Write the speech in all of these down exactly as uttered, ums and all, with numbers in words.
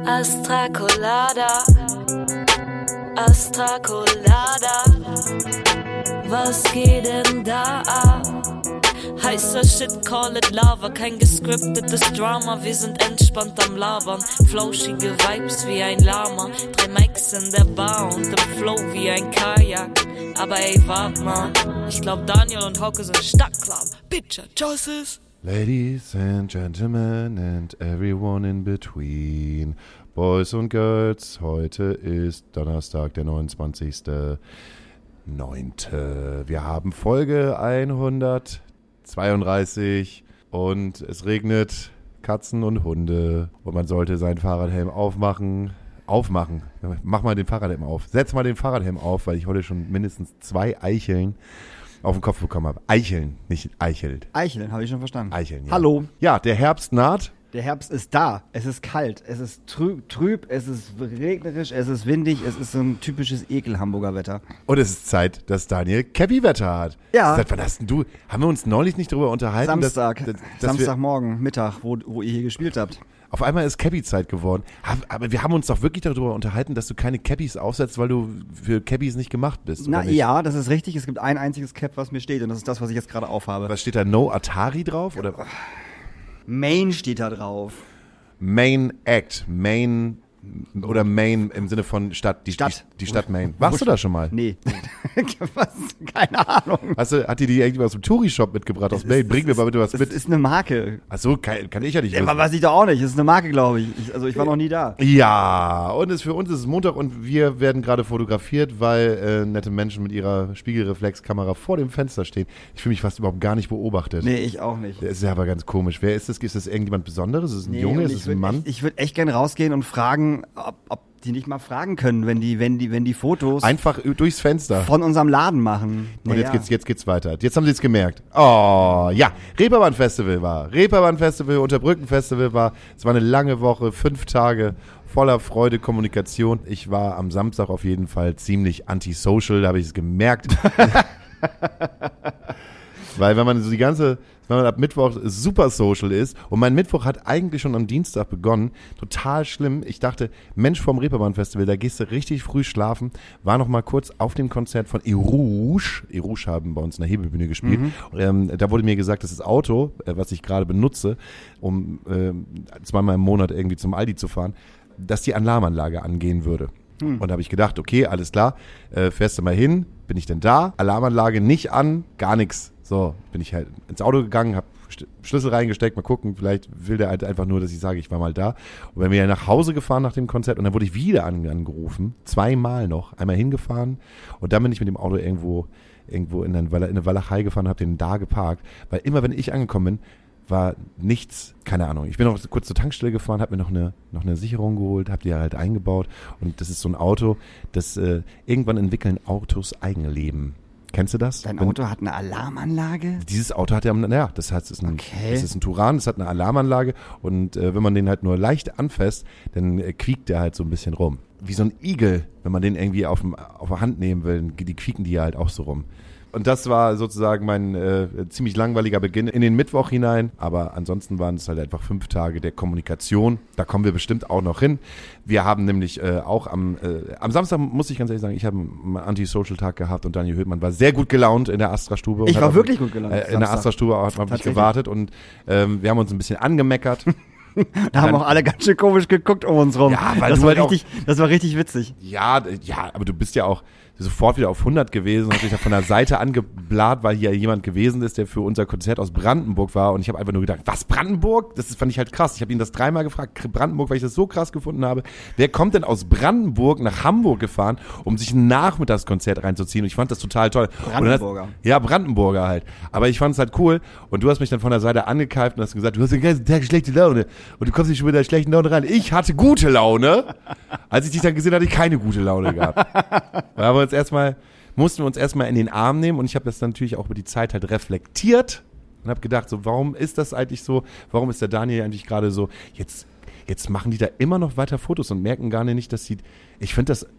Astra Colada, Astra Colada, was geht denn da ab? Heißer Shit, call it Lava, kein gescriptetes Drama, wir sind entspannt am Labern, flauschige Vibes wie ein Lama, drei Mics in der Bar und im Flow wie ein Kajak, aber ey, wart mal, ich glaub Daniel und Hauke sind Stadtclub, Picture Choices. Ladies and Gentlemen and everyone in between, Boys und Girls, heute ist Donnerstag, der neunundzwanzigster neunte Wir haben Folge hundertzweiunddreißig und es regnet Katzen und Hunde und man sollte seinen Fahrradhelm aufmachen. Aufmachen. Mach mal den Fahrradhelm auf. Setz mal den Fahrradhelm auf, weil ich heute schon mindestens zwei Eicheln auf den Kopf bekommen habe. Eicheln, nicht Eichelt. Eicheln, habe ich schon verstanden. Eicheln, ja. Hallo. Ja, der Herbst naht. Der Herbst ist da. Es ist kalt, es ist trüb, trüb, es ist regnerisch, es ist windig, es ist so ein typisches Ekel-Hamburger Wetter. Und es ist Zeit, dass Daniel Cappy-Wetter hat. Ja. Seit wann hast denn du? Haben wir uns neulich nicht darüber unterhalten? Samstag. Dass, dass, dass Samstagmorgen, Mittag, wo, wo ihr hier gespielt habt. Auf einmal ist Cappy-Zeit geworden. Aber wir haben uns doch wirklich darüber unterhalten, dass du keine Cappies aufsetzt, weil du für Cappies nicht gemacht bist. Na ja, das ist richtig. Es gibt ein einziges Cap, was mir steht und das ist das, was ich jetzt gerade aufhabe. Was steht da? No Atari drauf? Oder? Main steht da drauf. Main Act. Main oder Main im Sinne von Stadt. Die Stadt. Die, die Stadt Main. Warst du da schon mal? Nee. Was? Keine Ahnung. Hast du, hat die die irgendwie aus dem Touri-Shop mitgebracht aus Main? Bring mir mal bitte was das mit. Das ist eine Marke. Ach so, kann, kann ich ja nicht wissen. Ja, aber weiß ich doch auch nicht. Das ist eine Marke, glaube ich. ich. Also ich war noch nie da. Ja, und es, für uns ist es Montag und wir werden gerade fotografiert, weil äh, nette Menschen mit ihrer Spiegelreflexkamera vor dem Fenster stehen. Ich fühle mich fast überhaupt gar nicht beobachtet. Nee, ich auch nicht. Das ist ja aber ganz komisch. Wer ist das? Ist das irgendjemand Besonderes? Ist es ein nee, Junge? Ist es ein Mann? Echt, ich würde echt gerne rausgehen und fragen, ob, ob die nicht mal fragen können, wenn die, wenn die, wenn die Fotos einfach durchs Fenster von unserem Laden machen. Und naja. jetzt geht's, jetzt geht's weiter. Jetzt haben sie es gemerkt. Oh, ja. Reeperbahn Festival war. Reeperbahn Festival, Unterbrücken Festival war. Es war eine lange Woche, fünf Tage voller Freude, Kommunikation. Ich war am Samstag auf jeden Fall ziemlich antisocial, da habe ich es gemerkt. Weil wenn man so die ganze, wenn man ab Mittwoch super social ist und mein Mittwoch hat eigentlich schon am Dienstag begonnen, total schlimm. Ich dachte, Mensch, vom Reeperbahn Festival, da gehst du richtig früh schlafen. War noch mal kurz auf dem Konzert von Erouge. Erouge haben bei uns in der Hebelbühne gespielt. Mhm. Ähm, da wurde mir gesagt, dass das Auto, äh, was ich gerade benutze, um äh, zweimal im Monat irgendwie zum Aldi zu fahren, dass die Alarmanlage angehen würde. Hm. Und da habe ich gedacht, okay, alles klar, äh, fährst du mal hin, bin ich denn da? Alarmanlage nicht an, gar nichts. So, bin ich halt ins Auto gegangen, habe Schlüssel reingesteckt, mal gucken, vielleicht will der halt einfach nur, dass ich sage, ich war mal da. Und dann bin ich nach Hause gefahren nach dem Konzert und dann wurde ich wieder angerufen, zweimal noch, einmal hingefahren und dann bin ich mit dem Auto irgendwo irgendwo in eine Walachei gefahren und habe den da geparkt, weil immer, wenn ich angekommen bin, war nichts, keine Ahnung. Ich bin noch kurz zur Tankstelle gefahren, habe mir noch eine, noch eine Sicherung geholt, habe die halt eingebaut und das ist so ein Auto, das äh, irgendwann entwickeln Autos Eigenleben. Kennst du das? Dein Wenn, Auto hat eine Alarmanlage? Dieses Auto hat ja, naja, das heißt, es ist ein, okay. das ist ein Turan, das hat eine Alarmanlage und äh, wenn man den halt nur leicht anfasst, dann äh, quiekt der halt so ein bisschen rum. Wie so ein Igel, wenn man den irgendwie auf, dem, auf der Hand nehmen will, die quieken die halt auch so rum. Und das war sozusagen mein äh, ziemlich langweiliger Beginn in den Mittwoch hinein. Aber ansonsten waren es halt einfach fünf Tage der Kommunikation. Da kommen wir bestimmt auch noch hin. Wir haben nämlich äh, auch am, äh, am Samstag, muss ich ganz ehrlich sagen, ich habe einen Anti-Social-Tag gehabt und Daniel Höhtmann war sehr gut gelaunt in der Astra-Stube. Ich war auf, wirklich gut gelaunt. Äh, in der Astra-Stube hat man mich gewartet und ähm, wir haben uns ein bisschen angemeckert. Da haben auch alle ganz schön komisch geguckt um uns rum. Ja, weil das, du war halt richtig, auch, das war richtig witzig. Ja, ja, aber du bist ja auch sofort wieder auf hundert gewesen und hab dich da von der Seite angeblaht, weil hier jemand gewesen ist, der für unser Konzert aus Brandenburg war und ich habe einfach nur gedacht, was, Brandenburg? Das fand ich halt krass. Ich habe ihn das dreimal gefragt, Brandenburg, weil ich das so krass gefunden habe. Wer kommt denn aus Brandenburg nach Hamburg gefahren, um sich ein Nachmittagskonzert reinzuziehen? Und ich fand das total toll. Brandenburger. Hast, ja, Brandenburger halt. Aber ich fand es halt cool und du hast mich dann von der Seite angekeift und hast gesagt, du hast den ganzen Tag schlechte Laune und du kommst nicht schon mit der schlechten Laune rein. Ich hatte gute Laune. Als ich dich dann gesehen hatte, hatte ich keine gute Laune gehabt. Da haben wir uns erstmal mussten wir uns erstmal in den Arm nehmen und ich habe das dann natürlich auch über die Zeit halt reflektiert und habe gedacht, so, warum ist das eigentlich so? Warum ist der Daniel eigentlich gerade so? Jetzt, jetzt machen die da immer noch weiter Fotos und merken gar nicht, dass sie, ich finde das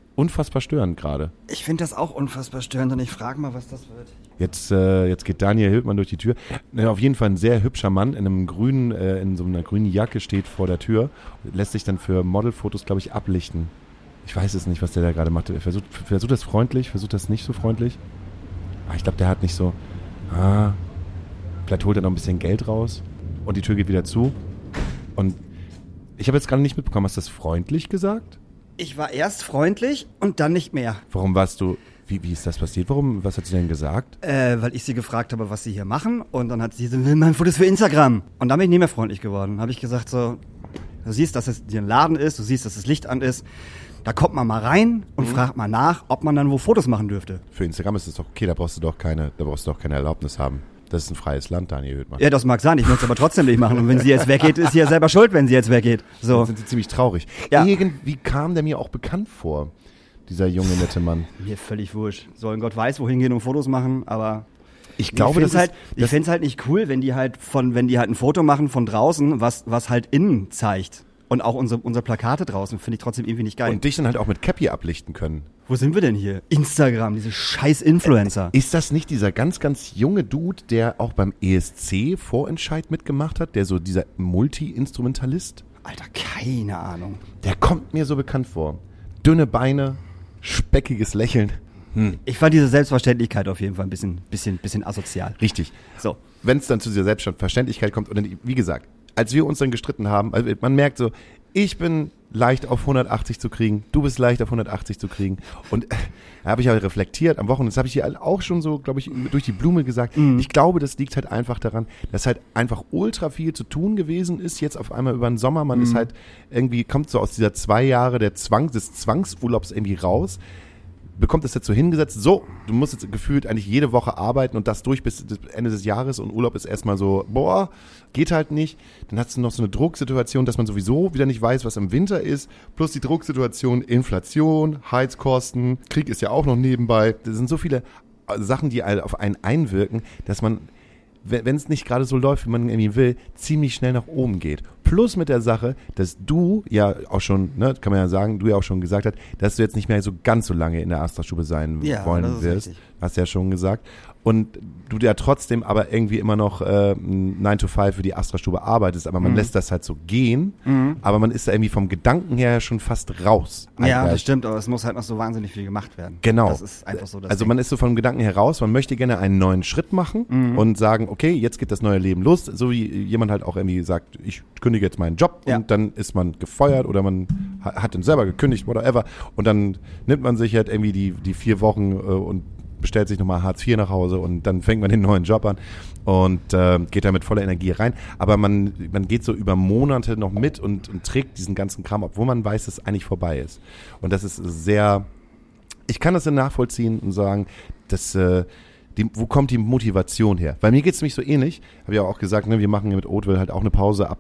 unfassbar störend gerade. Ich finde das auch unfassbar störend und ich frage mal, was das wird. Jetzt, äh, jetzt geht Daniel Hildmann durch die Tür. Ja, auf jeden Fall ein sehr hübscher Mann in einem grünen, äh, in so einer grünen Jacke steht vor der Tür. Lässt sich dann für Modelfotos, glaube ich, ablichten. Ich weiß es nicht, was der da gerade macht. Er versucht, versucht das freundlich, versucht das nicht so freundlich. Aber ich glaube, der hat nicht so, ah, vielleicht holt er noch ein bisschen Geld raus und die Tür geht wieder zu. Und ich habe jetzt gerade nicht mitbekommen, hast du das freundlich gesagt? Ich war erst freundlich und dann nicht mehr. Warum warst du, wie, wie ist das passiert? Warum, was hat sie denn gesagt? Äh, weil ich sie gefragt habe, was sie hier machen. Und dann hat sie gesagt, will mein Fotos für Instagram. Und dann bin ich nicht mehr freundlich geworden. Habe ich gesagt so, du siehst, dass es hier ein Laden ist, du siehst, dass das Licht an ist. Da kommt man mal rein und mhm. fragt mal nach, ob man dann wo Fotos machen dürfte. Für Instagram ist es doch okay, da brauchst du doch keine, da brauchst du doch keine Erlaubnis haben. Das ist ein freies Land, Daniel Hildmann. Ja, das mag sein, ich möchte es aber trotzdem nicht machen. Und wenn sie jetzt weggeht, ist sie ja selber schuld, wenn sie jetzt weggeht. So. Dann sind sie ziemlich traurig. Ja. Irgendwie kam der mir auch bekannt vor, dieser junge, nette Mann. Mir völlig wurscht. Sollen Gott weiß, wohin gehen und Fotos machen, aber ich glaube, ich das halt, ist, ich fände es halt nicht cool, wenn die halt von, wenn die halt ein Foto machen von draußen, was, was halt innen zeigt. Und auch unsere, unsere Plakate draußen finde ich trotzdem irgendwie nicht geil. Und dich dann halt auch mit Cappy ablichten können. Wo sind wir denn hier? Instagram, diese scheiß Influencer. Äh, ist das nicht dieser ganz, ganz junge Dude, der auch beim E S C-Vorentscheid mitgemacht hat? Der so dieser Multi-Instrumentalist? Alter, keine Ahnung. Der kommt mir so bekannt vor. Dünne Beine, speckiges Lächeln. Hm. Ich fand diese Selbstverständlichkeit auf jeden Fall ein bisschen, bisschen, bisschen asozial. Richtig. So. Wenn es dann zu dieser Selbstverständlichkeit kommt und dann, wie gesagt, als wir uns dann gestritten haben, also man merkt so, ich bin leicht auf hundertachtzig zu kriegen, du bist leicht auf hundertachtzig zu kriegen und äh, da habe ich halt reflektiert am Wochenende, das habe ich hier auch schon so, glaube ich, durch die Blume gesagt, mhm. ich glaube, das liegt halt einfach daran, dass halt einfach ultra viel zu tun gewesen ist, jetzt auf einmal über den Sommer, man mhm. ist halt irgendwie, kommt so aus dieser zwei Jahre der Zwang, des Zwangsurlaubs irgendwie raus, bekommt das jetzt so hingesetzt, so, du musst jetzt gefühlt eigentlich jede Woche arbeiten und das durch bis Ende des Jahres und Urlaub ist erstmal so, boah, geht halt nicht. Dann hast du noch so eine Drucksituation, dass man sowieso wieder nicht weiß, was im Winter ist, plus die Drucksituation, Inflation, Heizkosten, Krieg ist ja auch noch nebenbei. Das sind so viele Sachen, die auf einen einwirken, dass man, wenn es nicht gerade so läuft, wie man irgendwie will, ziemlich schnell nach oben geht. Plus mit der Sache, dass du ja auch schon, ne, kann man ja sagen, du ja auch schon gesagt hast, dass du jetzt nicht mehr so ganz so lange in der Astra-Stube sein ja, wollen das ist wirst. richtig. Hast du ja schon gesagt. Und du ja trotzdem aber irgendwie immer noch äh, nine to five für die Astra-Stube arbeitest, aber man mhm. lässt das halt so gehen, mhm. aber man ist da irgendwie vom Gedanken her schon fast raus. Ja, das stimmt, aber es muss halt noch so wahnsinnig viel gemacht werden. Genau. Das ist einfach so das Also Ding. man ist so vom Gedanken her raus, man möchte gerne einen neuen Schritt machen mhm. und sagen, okay, jetzt geht das neue Leben los, so wie jemand halt auch irgendwie sagt, ich kündige jetzt meinen Job ja. und dann ist man gefeuert oder man hat ihn selber gekündigt, whatever, und dann nimmt man sich halt irgendwie die, die vier Wochen äh, und bestellt sich nochmal Hartz vier nach Hause und dann fängt man den neuen Job an und äh, geht da mit voller Energie rein. Aber man, man geht so über Monate noch mit und, und trägt diesen ganzen Kram, obwohl man weiß, dass es eigentlich vorbei ist. Und das ist sehr, ich kann das dann nachvollziehen und sagen, dass äh, die, wo kommt die Motivation her? Weil mir geht es nämlich so ähnlich, habe ich auch gesagt, ne, wir machen mit Oatville halt auch eine Pause ab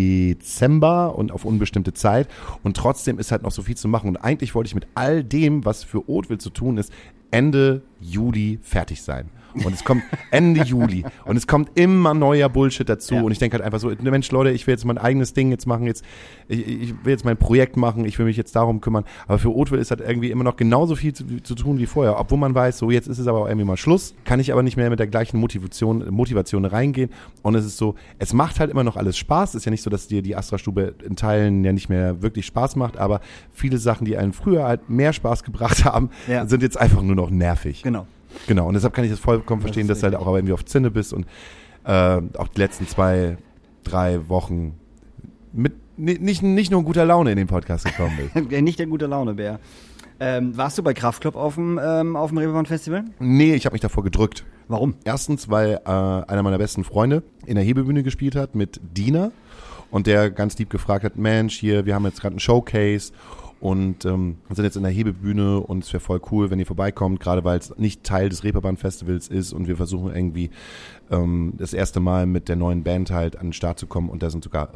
Dezember und auf unbestimmte Zeit und trotzdem ist halt noch so viel zu machen und eigentlich wollte ich mit all dem, was für Oatville zu tun ist, Ende Juli fertig sein. Und es kommt Ende Juli und es kommt immer neuer Bullshit dazu ja. und ich denke halt einfach so, Mensch Leute, ich will jetzt mein eigenes Ding jetzt machen, jetzt ich, ich will jetzt mein Projekt machen, ich will mich jetzt darum kümmern, aber für Oatville ist halt irgendwie immer noch genauso viel zu, zu tun wie vorher, obwohl man weiß, so jetzt ist es aber auch irgendwie mal Schluss, kann ich aber nicht mehr mit der gleichen Motivation, Motivation reingehen und es ist so, es macht halt immer noch alles Spaß, es ist ja nicht so, dass dir die Astra-Stube in Teilen ja nicht mehr wirklich Spaß macht, aber viele Sachen, die einen früher halt mehr Spaß gebracht haben, ja. sind jetzt einfach nur noch nervig. Genau. Genau, und deshalb kann ich das vollkommen verstehen, das dass du halt auch irgendwie auf Zinne bist und äh, auch die letzten zwei, drei Wochen mit nicht, nicht nur in guter Laune in den Podcast gekommen bist. Nicht der gute Laune-Bär. Ähm, warst du bei Kraftklub auf dem, ähm, auf dem Reeperbahn-Festival? Nee, ich habe mich davor gedrückt. Warum? Erstens, weil äh, einer meiner besten Freunde in der Hebebühne gespielt hat mit Dina und der ganz lieb gefragt hat, Mensch, hier, wir haben jetzt gerade einen Showcase und ähm, sind jetzt in der Hebebühne und es wäre voll cool, wenn ihr vorbeikommt, gerade weil es nicht Teil des Reeperbahn-Festivals ist und wir versuchen irgendwie ähm, das erste Mal mit der neuen Band halt an den Start zu kommen und da sind sogar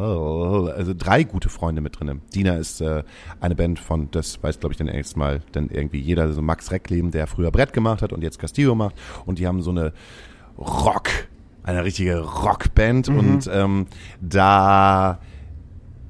äh, also drei gute Freunde mit drin. Dina ist äh, eine Band von, das weiß glaube ich dann erstmal dann irgendwie jeder, so also Max Reckleben, der früher Brett gemacht hat und jetzt Castillo macht und die haben so eine Rock, eine richtige Rockband mhm. und ähm, da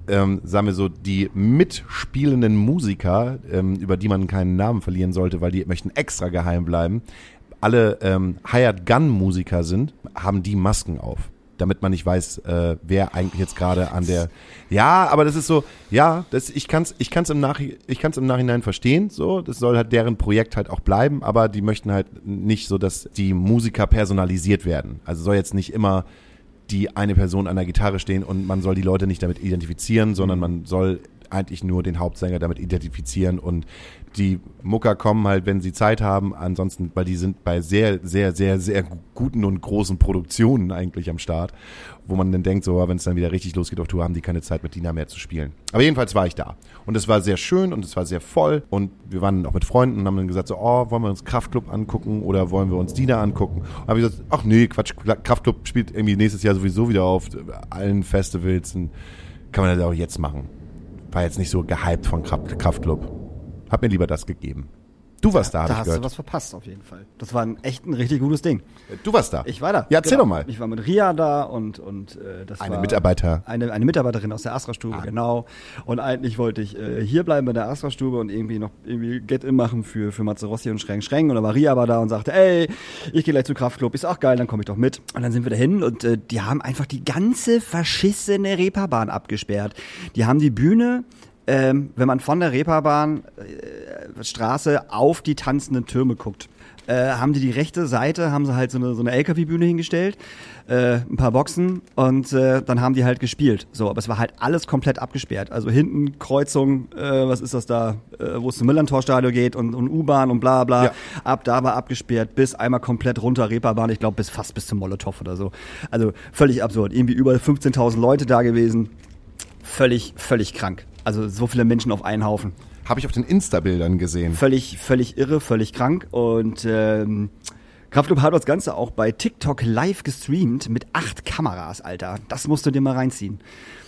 ähm, sagen wir so, die mitspielenden Musiker, ähm, über die man keinen Namen verlieren sollte, weil die möchten extra geheim bleiben, alle ähm, Hired Gun Musiker sind, haben die Masken auf, damit man nicht weiß, äh, wer eigentlich jetzt gerade an der, ja, aber das ist so, ja, das, ich kann's, ich kann's im Nach, ich kann's im Nachhinein verstehen, so, das soll halt deren Projekt halt auch bleiben, aber die möchten halt nicht so, dass die Musiker personalisiert werden, also soll jetzt nicht immer die eine Person an der Gitarre stehen und man soll die Leute nicht damit identifizieren, sondern man soll eigentlich nur den Hauptsänger damit identifizieren und die Mucker kommen halt, wenn sie Zeit haben, ansonsten, weil die sind bei sehr, sehr, sehr, sehr guten und großen Produktionen eigentlich am Start, wo man dann denkt, so, wenn es dann wieder richtig losgeht auf Tour, haben die keine Zeit mit Dina mehr zu spielen. Aber jedenfalls war ich da und es war sehr schön und es war sehr voll und wir waren auch mit Freunden und haben dann gesagt, so, oh, wollen wir uns Kraftklub angucken oder wollen wir uns Dina angucken? Und habe ich gesagt, ach nee, Quatsch, Kraftklub spielt irgendwie nächstes Jahr sowieso wieder auf allen Festivals und kann man das auch jetzt machen. War jetzt nicht so gehypt von Kraftklub. Hab mir lieber das gegeben. Du warst da, hab Da ich hast gehört. du was verpasst auf jeden Fall. Das war ein echt ein richtig gutes Ding. Du warst da. Ich war da. Ja, erzähl genau. doch mal. Ich war mit Ria da und, und äh, das Eine war Mitarbeiter. Eine, eine Mitarbeiterin aus der Astra-Stube, Ah. genau. Und eigentlich wollte ich äh, hier bleiben in der Astra-Stube und irgendwie noch irgendwie Get-In machen für, für Matze Rossi und Schreng Schreng. Und dann war Ria aber da und sagte, ey, ich gehe gleich zu Kraftklub. Ist auch geil, dann komme ich doch mit. Und dann sind wir dahin und äh, die haben einfach die ganze verschissene Reeperbahn abgesperrt. Die haben die Bühne... Ähm, wenn man von der Reeperbahn äh, Straße auf die tanzenden Türme guckt, äh, haben die die rechte Seite, haben sie halt so eine, so eine L K W-Bühne hingestellt, äh, ein paar Boxen und äh, dann haben die halt gespielt. So, aber es war halt alles komplett abgesperrt. Also hinten Kreuzung, äh, was ist das da, äh, wo es zum Millantor-Stadion geht und, und U-Bahn und bla bla. Ja. Ab da war abgesperrt, bis einmal komplett runter Reeperbahn, ich glaube bis fast bis zum Molotow oder so. Also völlig absurd. Irgendwie über fünfzehntausend Leute da gewesen. Völlig, völlig krank. Also so viele Menschen auf einen Haufen. Habe ich auf den Insta-Bildern gesehen. Völlig, völlig irre, völlig krank. Und ähm, Kraftklub hat das Ganze auch bei TikTok live gestreamt mit acht Kameras, Alter. Das musst du dir mal reinziehen.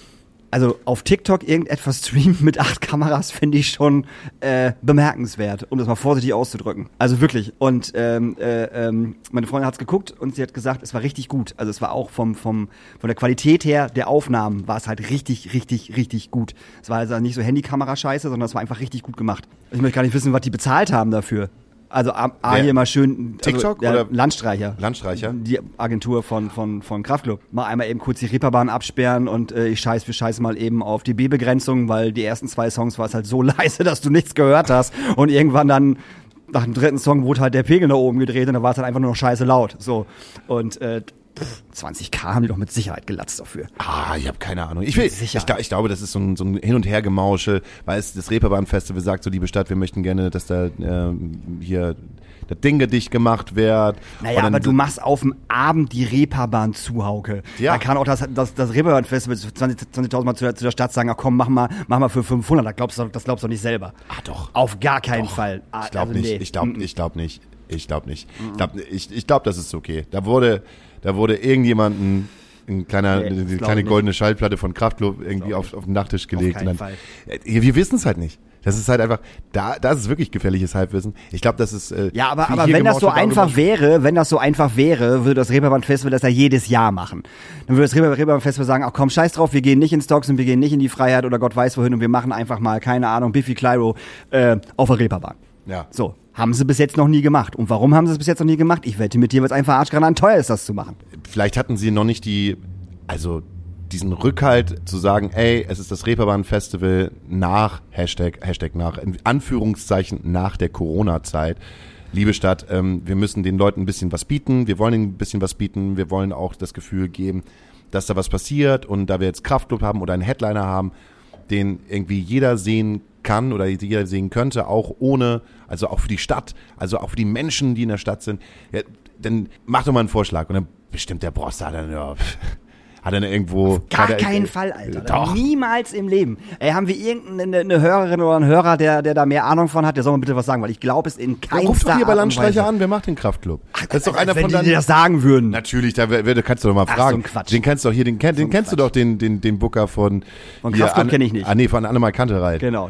Also auf TikTok irgendetwas streamen mit acht Kameras finde ich schon äh, bemerkenswert, um das mal vorsichtig auszudrücken. Also wirklich. Und ähm, äh, ähm, meine Freundin hat's geguckt und sie hat gesagt, es war richtig gut. Also es war auch vom vom von der Qualität her der Aufnahmen war es halt richtig, richtig, richtig gut. Es war also nicht so Handykamera-Scheiße, sondern es war einfach richtig gut gemacht. Ich möchte gar nicht wissen, was die bezahlt haben dafür. Also A, A Wer? hier mal schön TikTok also, ja, oder Landstreicher. Landstreicher? Die Agentur von von von Kraftklub. Mal einmal eben kurz die Reeperbahn absperren und äh, ich scheiß für scheiß mal eben auf die B-Begrenzung, weil die ersten zwei Songs war es halt so leise, dass du nichts gehört hast und irgendwann dann nach dem dritten Song wurde halt der Pegel nach oben gedreht und dann war es halt einfach nur noch scheiße laut. So und äh, pff, zwanzig K haben die doch mit Sicherheit gelatzt dafür. Ah, ich habe keine Ahnung. Ich, will, ich, Sicher. ich glaube, das ist so ein, so ein Hin- und Her-Gemauschel, weil es das Reeperbahn-Festival sagt, so liebe Stadt, wir möchten gerne, dass da ähm, hier das Ding dicht gemacht wird. Naja, Und dann- aber du machst auf dem Abend die Reeperbahn Zuhauke. Ja. Da kann auch das, das, das Reeperbahn-Festival zwanzigtausend Mal zu der, zu der Stadt sagen, ach komm, mach mal, mach mal für fünfhundert. Das glaubst du, das glaubst du nicht selber. Ah, doch. Auf gar keinen Fall. Ah, Ich glaube also nicht. nee. Ich glaube Mm-mm. ich glaub nicht. Ich glaube nicht. Ich glaube, ich, ich glaub, das ist okay. Da wurde, da wurde irgendjemanden ein kleiner, Nee, das eine glaub kleine ich goldene Schallplatte von Kraftklub irgendwie auf, auf den Nachttisch gelegt. keinen und dann, Fall. Ja, wir wissen es halt nicht. Das ist halt einfach, da, das ist wirklich gefährliches Halbwissen. Ich glaube, das ist, äh, Ja, aber, wie aber hier wenn das so gemauschelt, einfach darüber- wäre, wenn das so einfach wäre, würde das Reeperbahn-Festival das ja jedes Jahr machen. Dann würde das Reeper- Reeperbahn-Festival sagen, ach komm, scheiß drauf, wir gehen nicht ins Stocks und wir gehen nicht in die Freiheit oder Gott weiß wohin und wir machen einfach mal, keine Ahnung, Biffy Clyro äh, auf der Reeperbahn. Ja. So, haben sie bis jetzt noch nie gemacht. Und warum haben sie es bis jetzt noch nie gemacht? Ich wette mit dir, weil es einfach arschgranat teuer ist, das zu machen. Vielleicht hatten sie noch nicht die, also diesen Rückhalt zu sagen, ey, es ist das Reeperbahn-Festival nach, Hashtag, Hashtag nach, in Anführungszeichen nach der Corona-Zeit. Liebe Stadt, ähm, wir müssen den Leuten ein bisschen was bieten, wir wollen ihnen ein bisschen was bieten, wir wollen auch das Gefühl geben, dass da was passiert und da wir jetzt Kraftklub haben oder einen Headliner haben, den irgendwie jeder sehen kann oder jeder sehen könnte, auch ohne, also auch für die Stadt, also auch für die Menschen, die in der Stadt sind, ja, dann mach doch mal einen Vorschlag und dann bestimmt der Broster dann, ja, hat er dann irgendwo... Gar hat er, keinen Fall, Alter. Doch. Niemals im Leben. Ey, haben wir irgendeine eine Hörerin oder einen Hörer, der, der da mehr Ahnung von hat, der soll mal bitte was sagen, weil ich glaube es in Ja, keinster ruf doch hier bei Art und Landstreicher Weise. an, wer macht den Kraftklub? Das ist doch Als einer wenn von die dir deinen... das sagen würden. Natürlich, da wer- wer- kannst du doch mal Ach, fragen. so ein Quatsch. Den kennst du doch hier, den, kenn, den ein kennst du Quatsch. doch, den, den, den Booker von... Von hier, Kraftklub Anne- kenn ich nicht. Ah nee, von Annemal Kantereit. Genau. Den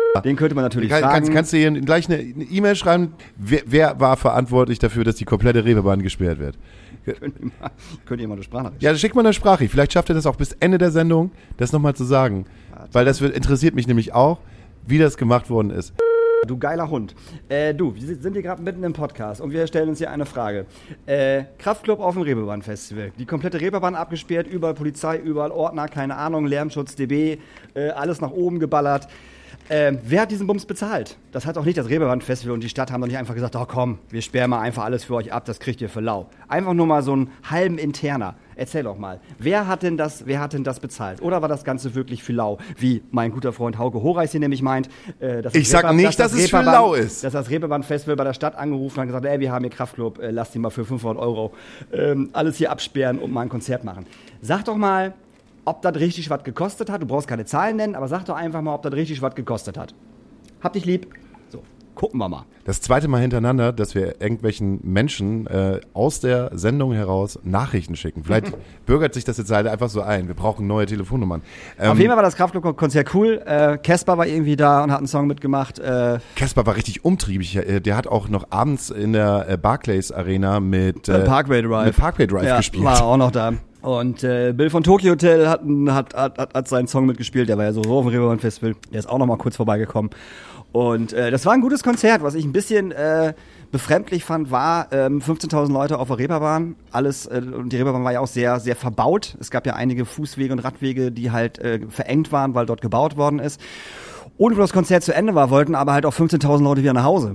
Den könnte man natürlich Kann, fragen. kannst, kannst du hier gleich eine E-Mail schreiben, wer, wer war verantwortlich dafür, dass die komplette Reeperbahn gesperrt wird? Könnt ihr mal, könnt ihr mal eine Sprachnachricht Ja, schick mal eine Sprache. Vielleicht schafft ihr das auch bis Ende der Sendung, das nochmal zu sagen. Weil das wird, interessiert mich nämlich auch, wie das gemacht worden ist. Du geiler Hund. Äh, du, wir sind hier gerade mitten im Podcast und wir stellen uns hier eine Frage. Äh, Kraftclub auf dem Reeperbahn-Festival. Die komplette Reeperbahn abgesperrt, überall Polizei, überall Ordner, keine Ahnung, Lärmschutz, D B, äh, alles nach oben geballert. Äh, wer hat diesen Bums bezahlt? Das hat doch nicht das Reeperbahn-Festival und die Stadt haben doch nicht einfach gesagt, oh komm, wir sperren mal einfach alles für euch ab, das kriegt ihr für lau. Einfach nur mal so einen halben Interner. Erzähl doch mal, wer hat denn das, wer hat denn das bezahlt? Oder war das Ganze wirklich für lau? Wie mein guter Freund Hauke Horeis hier nämlich meint, äh, dass Ich sag Reeper- nicht, dass, dass es für lau ist. Dass das Reeperbahn-Festival bei der Stadt angerufen hat und gesagt, ey, wir haben hier Kraftclub, äh, lasst die mal für fünfhundert Euro ähm, alles hier absperren und mal ein Konzert machen. Sag doch mal, ob das richtig was gekostet hat. Du brauchst keine Zahlen nennen, aber sag doch einfach mal, ob das richtig was gekostet hat. Hab dich lieb. So, gucken wir mal. Das zweite Mal hintereinander, dass wir irgendwelchen Menschen äh, aus der Sendung heraus Nachrichten schicken. Vielleicht bürgert sich das jetzt halt einfach so ein. Wir brauchen neue Telefonnummern. Ähm, Auf jeden Fall war das Kraftclub-Konzert cool. Äh, Casper war irgendwie da und hat einen Song mitgemacht. Äh, Casper war richtig umtriebig. Äh, Der hat auch noch abends in der äh, Barclays Arena mit, äh, Parkway Drive, mit Parkway Drive ja, gespielt. War auch noch da. Und äh, Bill von Tokyo Hotel hat, hat, hat, hat seinen Song mitgespielt. Der war ja so auf dem Reeperbahn Festival. Der ist auch noch mal kurz vorbeigekommen. Und äh, das war ein gutes Konzert. Was ich ein bisschen äh, befremdlich fand, war ähm, fünfzehntausend Leute auf der Reeperbahn. Alles, äh, und die Reeperbahn war ja auch sehr, sehr verbaut. Es gab ja einige Fußwege und Radwege, die halt äh, verengt waren, weil dort gebaut worden ist. Und wo das Konzert zu Ende war, wollten aber halt auch fünfzehntausend Leute wieder nach Hause.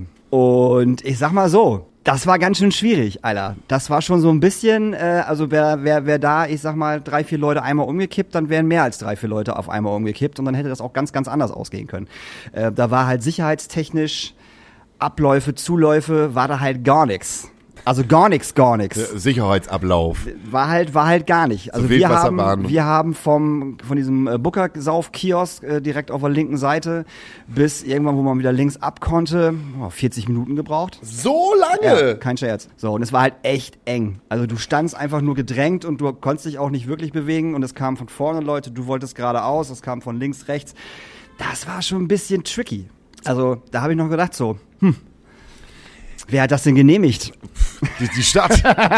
Und ich sag mal so, das war ganz schön schwierig, Alter. Das war schon so ein bisschen, äh, also wer, wer, wer da, ich sag mal, drei, vier Leute einmal umgekippt, dann wären mehr als drei, vier Leute auf einmal umgekippt und dann hätte das auch ganz, ganz anders ausgehen können. Äh, da war halt sicherheitstechnisch, Abläufe, Zuläufe, war da halt gar nichts. Also gar nichts, gar nichts. Sicherheitsablauf. War halt, war halt gar nicht. Also So wir haben, Wildwasserbahn. wir haben vom, von diesem äh, Booker-Sauf-Kiosk äh, direkt auf der linken Seite bis irgendwann, wo man wieder links ab konnte, oh, vierzig Minuten gebraucht. So lange? Ja, kein Scherz. So, und es war halt echt eng. Also du standst einfach nur gedrängt und du konntest dich auch nicht wirklich bewegen und es kamen von vorne Leute, du wolltest geradeaus, es kam von links, rechts. Das war schon ein bisschen tricky. Also da habe ich noch gedacht so, hm, wer hat das denn genehmigt? Die, die Stadt.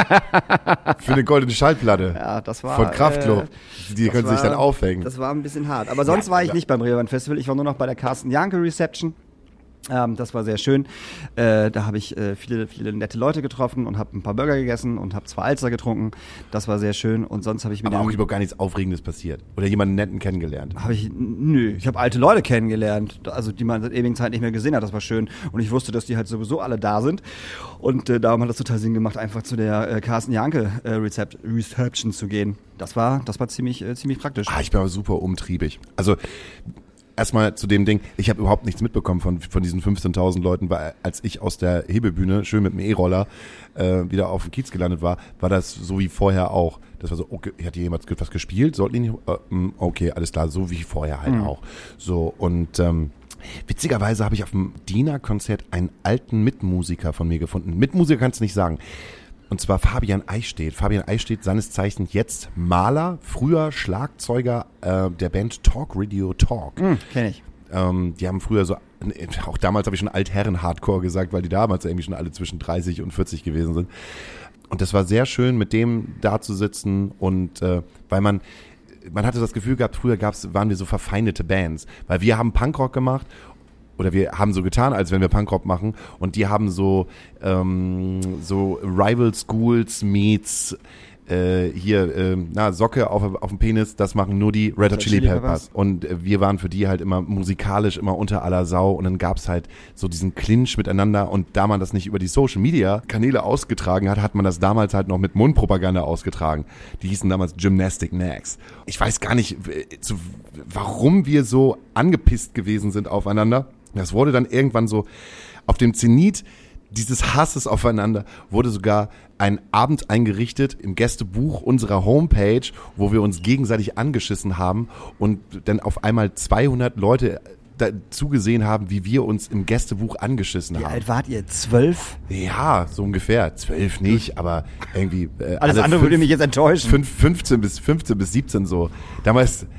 Für eine goldene Schallplatte. Ja, das war Von Kraftclub. Äh, die können sich dann aufhängen. Das war ein bisschen hart. Aber sonst Ja, war ich ja. nicht beim Reeperbahn Festival. Ich war nur noch bei der Carsten Janke Reception. Ähm, das war sehr schön. Äh, da habe ich äh, viele, viele nette Leute getroffen und habe ein paar Burger gegessen und habe zwei Alster getrunken. Das war sehr schön. Und sonst habe ich mir Aber auch überhaupt gar nichts Aufregendes passiert. Oder jemanden netten kennengelernt. Habe ich, nö, ich habe alte Leute kennengelernt, also die man seit ewigen Zeit nicht mehr gesehen hat, das war schön. Und ich wusste, dass die halt sowieso alle da sind. Und äh, darum hat das total Sinn gemacht, einfach zu der äh, Carsten Janke äh, Recept Reception zu gehen. Das war, das war ziemlich, äh, ziemlich praktisch. Ah, ich bin aber super umtriebig. Also erstmal zu dem Ding, ich habe überhaupt nichts mitbekommen von, von diesen fünfzehntausend Leuten, weil als ich aus der Hebebühne schön mit dem E-Roller äh, wieder auf dem Kiez gelandet war, war das so wie vorher auch. Das war so, okay, hat hier jemand was gespielt? Sollten die nicht? Äh, okay, alles klar, so wie vorher halt Mhm. auch. So, und ähm, witzigerweise habe ich auf dem Dina-Konzert einen alten Mitmusiker von mir gefunden. Mitmusiker kannst du nicht sagen. Und zwar Fabian Eichstädt. Fabian Eichstädt, seines Zeichens jetzt Maler, früher Schlagzeuger äh, der Band Talk Radio Talk. Mhm, kenn ich. Ähm, die haben früher so, auch damals habe ich schon Altherren-Hardcore gesagt, weil die damals irgendwie schon alle zwischen dreißig und vierzig gewesen sind. Und das war sehr schön, mit dem da zu sitzen und äh, weil man, man hatte das Gefühl gehabt, früher gab's, waren wir so verfeindete Bands, weil wir haben Punkrock gemacht oder wir haben so getan, als wenn wir Punkrock machen und die haben so ähm, so Rival Schools meets äh, hier, äh, na, Socke auf, auf dem Penis, das machen nur die Red Hot Chili Peppers. Und äh, wir waren für die halt immer musikalisch immer unter aller Sau und dann gab's halt so diesen Clinch miteinander und da man das nicht über die Social Media Kanäle ausgetragen hat, hat man das damals halt noch mit Mundpropaganda ausgetragen. Die hießen damals Gymnastic Nags. Ich weiß gar nicht, äh, zu, warum wir so angepisst gewesen sind aufeinander. Das wurde dann irgendwann so auf dem Zenit dieses Hasses aufeinander wurde sogar ein Abend eingerichtet im Gästebuch unserer Homepage, wo wir uns gegenseitig angeschissen haben und dann auf einmal zweihundert Leute da zugesehen haben, wie wir uns im Gästebuch angeschissen Wie haben. alt wart ihr? Zwölf? Ja, so ungefähr. Zwölf nicht, aber irgendwie... Äh, Alles alle andere fünf, würde mich jetzt enttäuschen. fünf, fünfzehn bis fünfzehn bis siebzehn so. Damals...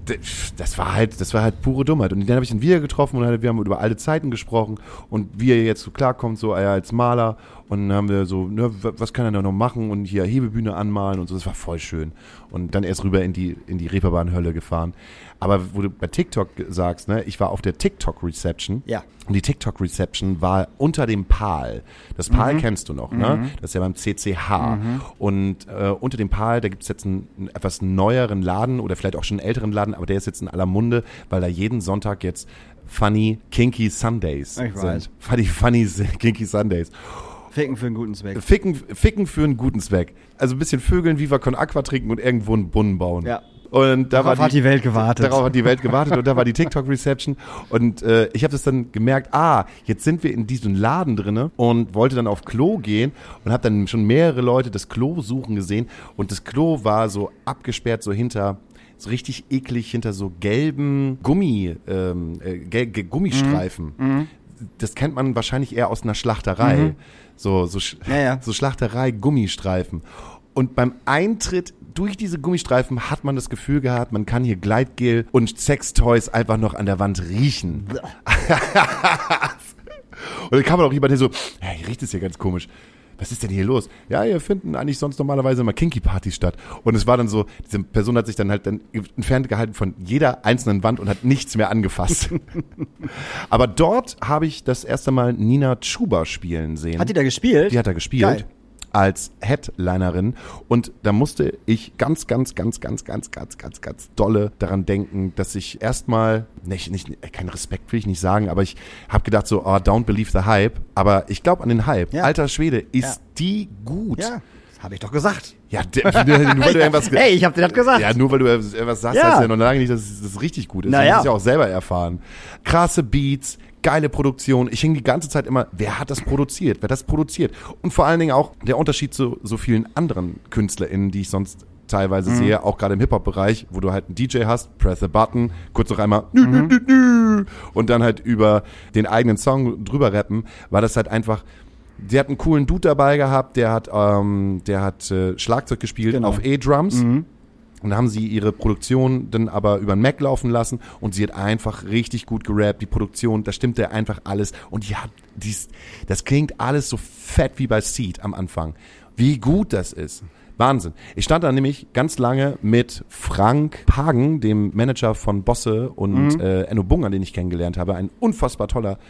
das war halt, das war halt pure Dummheit. Und dann habe ich ihn wieder getroffen und halt, wir haben über alte Zeiten gesprochen und wie er jetzt so klarkommt, so er als Maler. Und dann haben wir so, ne, was kann er da noch machen und hier Hebebühne anmalen und so. Das war voll schön. Und dann erst rüber in die, in die Reeperbahn-Hölle gefahren. Aber wo du bei TikTok sagst, ne, ich war auf der TikTok-Reception. Ja. Und die TikTok-Reception war unter dem Pal. Das Pal mhm. kennst du noch, ne? Mhm. Das ist ja beim C C H. Mhm. Und äh, unter dem Pal, da gibt es jetzt einen, einen etwas neueren Laden oder vielleicht auch schon einen älteren Laden, aber der ist jetzt in aller Munde, weil da jeden Sonntag jetzt Funny Kinky Sundays ich sind. Weiß. Funny, funny Kinky Sundays. Ficken für einen guten Zweck. Ficken, ficken für einen guten Zweck. Also ein bisschen Vögeln, Viva Con Aqua trinken und irgendwo einen Brunnen bauen. Ja. Und da darauf war die, hat die Welt gewartet. Darauf hat die Welt gewartet und da war die TikTok-Reception. Und äh, ich habe das dann gemerkt, ah, jetzt sind wir in diesem Laden drinne und wollte dann auf Klo gehen und habe dann schon mehrere Leute das Klo suchen gesehen. Und das Klo war so abgesperrt, so hinter, so richtig eklig, hinter so gelben Gummi, ähm, äh, gel- gel- Gummistreifen. Mhm. Das kennt man wahrscheinlich eher aus einer Schlachterei. Mhm. So, so, Sch- ja, ja. so Schlachterei-Gummistreifen. Und beim Eintritt durch diese Gummistreifen hat man das Gefühl gehabt, man kann hier Gleitgel und Sextoys einfach noch an der Wand riechen. Und dann kam auch jemand, der so, hey, hier riecht es hier ganz komisch. Was ist denn hier los? Ja, hier finden eigentlich sonst normalerweise immer Kinky-Partys statt. Und es war dann so, diese Person hat sich dann halt dann entfernt gehalten von jeder einzelnen Wand und hat nichts mehr angefasst. Aber dort habe ich das erste Mal Nina Chuba spielen sehen. Hat die da gespielt? Die hat da gespielt. Geil. Als Headlinerin und da musste ich ganz, ganz, ganz, ganz, ganz, ganz, ganz, ganz dolle daran denken, dass ich erstmal, nicht, nicht, keinen Respekt will ich nicht sagen, aber ich habe gedacht so, oh, don't believe the hype, aber ich glaube an den Hype. Ja. Alter Schwede, ist ja. die gut. Ja, das habe ich doch gesagt. Ja, nur weil du irgendwas Hey, ich hab dir das gesagt. Ja, nur weil du irgendwas sagst, ja. heißt ja noch lange nicht, dass es richtig gut ist. Na Du ja. musst ja auch selber erfahren. Krasse Beats, geile Produktion. Ich hing die ganze Zeit immer, wer hat das produziert? Wer hat das produziert? Und vor allen Dingen auch der Unterschied zu so vielen anderen KünstlerInnen, die ich sonst teilweise mhm. sehe, auch gerade im Hip-Hop-Bereich, wo du halt einen D J hast, press a button, kurz noch einmal nü, nü, nü, nü, und dann halt über den eigenen Song drüber rappen, war das halt einfach. Der hat einen coolen Dude dabei gehabt, der hat, ähm, der hat äh, Schlagzeug gespielt genau. auf E-Drums. Mhm. Und dann haben sie ihre Produktion dann aber über den Mac laufen lassen und sie hat einfach richtig gut gerappt. Die Produktion, da stimmte einfach alles. Und die hat dies, das klingt alles so fett wie bei Seed am Anfang. Wie gut das ist. Wahnsinn. Ich stand da nämlich ganz lange mit Frank Pagen, dem Manager von Bosse und mhm. äh, Enno Bunger, den ich kennengelernt habe. Ein unfassbar toller,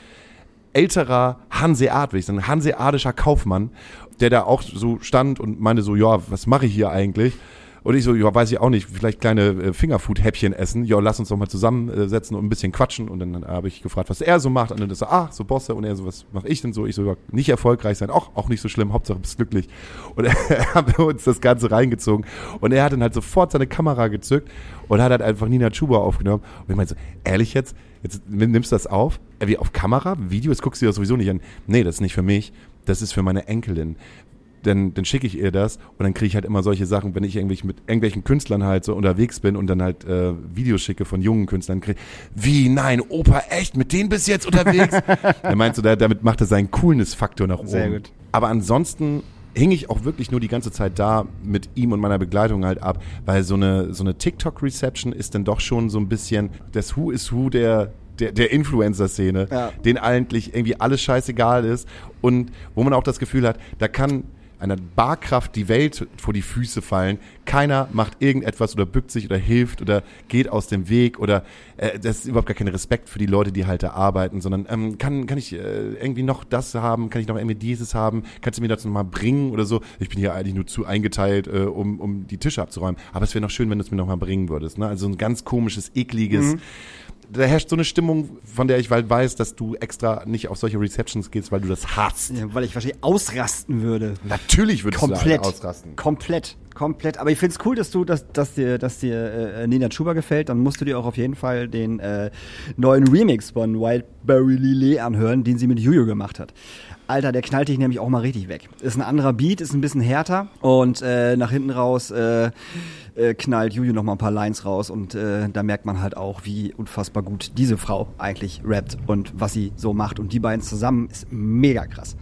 älterer Hanseat, will ich sagen, hanseatischer Kaufmann, der da auch so stand und meinte so, ja, was mache ich hier eigentlich? Und ich so, ja, weiß ich auch nicht, vielleicht kleine äh, Fingerfood-Häppchen essen. Ja, lass uns doch mal zusammensetzen und ein bisschen quatschen. Und dann habe ich gefragt, was er so macht. Und dann ist er, ah, so Bosse. Und er so, was mache ich denn so? Ich so, ja, nicht erfolgreich sein, auch, auch nicht so schlimm, Hauptsache du bist glücklich. Und er hat uns das Ganze reingezogen. Und er hat dann halt sofort seine Kamera gezückt und hat halt einfach Nina Chuba aufgenommen. Und ich meinte so, ehrlich jetzt? Jetzt nimmst du das auf? Wie auf Kamera? Video? Jetzt guckst du dir das sowieso nicht an. Nee, das ist nicht für mich. Das ist für meine Enkelin. Dann, dann schicke ich ihr das und dann kriege ich halt immer solche Sachen, wenn ich irgendwie mit irgendwelchen Künstlern halt so unterwegs bin und dann halt äh, Videos schicke von jungen Künstlern, krieg, wie, nein, Opa, echt, mit denen bist du jetzt unterwegs? Dann meinst du, da, damit macht er seinen Coolness-Faktor nach oben. Sehr gut. Aber ansonsten hing ich auch wirklich nur die ganze Zeit da mit ihm und meiner Begleitung halt ab, weil so eine, so eine TikTok-Reception ist dann doch schon so ein bisschen das Who is Who der der, der Influencer-Szene, ja. denen eigentlich irgendwie alles scheißegal ist und wo man auch das Gefühl hat, da kann einer Barkraft die Welt vor die Füße fallen. Keiner macht irgendetwas oder bückt sich oder hilft oder geht aus dem Weg oder äh, das ist überhaupt gar kein Respekt für die Leute, die halt da arbeiten, sondern ähm, kann kann ich äh, irgendwie noch das haben, kann ich noch irgendwie dieses haben, kannst du mir das noch mal bringen oder so. Ich bin hier eigentlich nur zu eingeteilt, äh, um um die Tische abzuräumen. Aber es wäre noch schön, wenn du es mir noch mal bringen würdest. Ne? Also ein ganz komisches, ekliges mhm. Da herrscht so eine Stimmung, von der ich halt weiß, dass du extra nicht auf solche Receptions gehst, weil du das hasst. Ja, weil ich wahrscheinlich ausrasten würde. Natürlich würdest komplett, du ausrasten. Komplett, komplett. Aber ich find's cool, dass du, dass, dass dir, dass dir äh, Nina Chuba gefällt. Dann musst du dir auch auf jeden Fall den äh, neuen Remix von Wildberry Lillet anhören, den sie mit Juju gemacht hat. Alter, der knallt dich nämlich auch mal richtig weg. Ist ein anderer Beat, ist ein bisschen härter und äh, nach hinten raus äh, äh, knallt Juju noch mal ein paar Lines raus und äh, da merkt man halt auch, wie unfassbar gut diese Frau eigentlich rappt und was sie so macht und die beiden zusammen ist mega krass.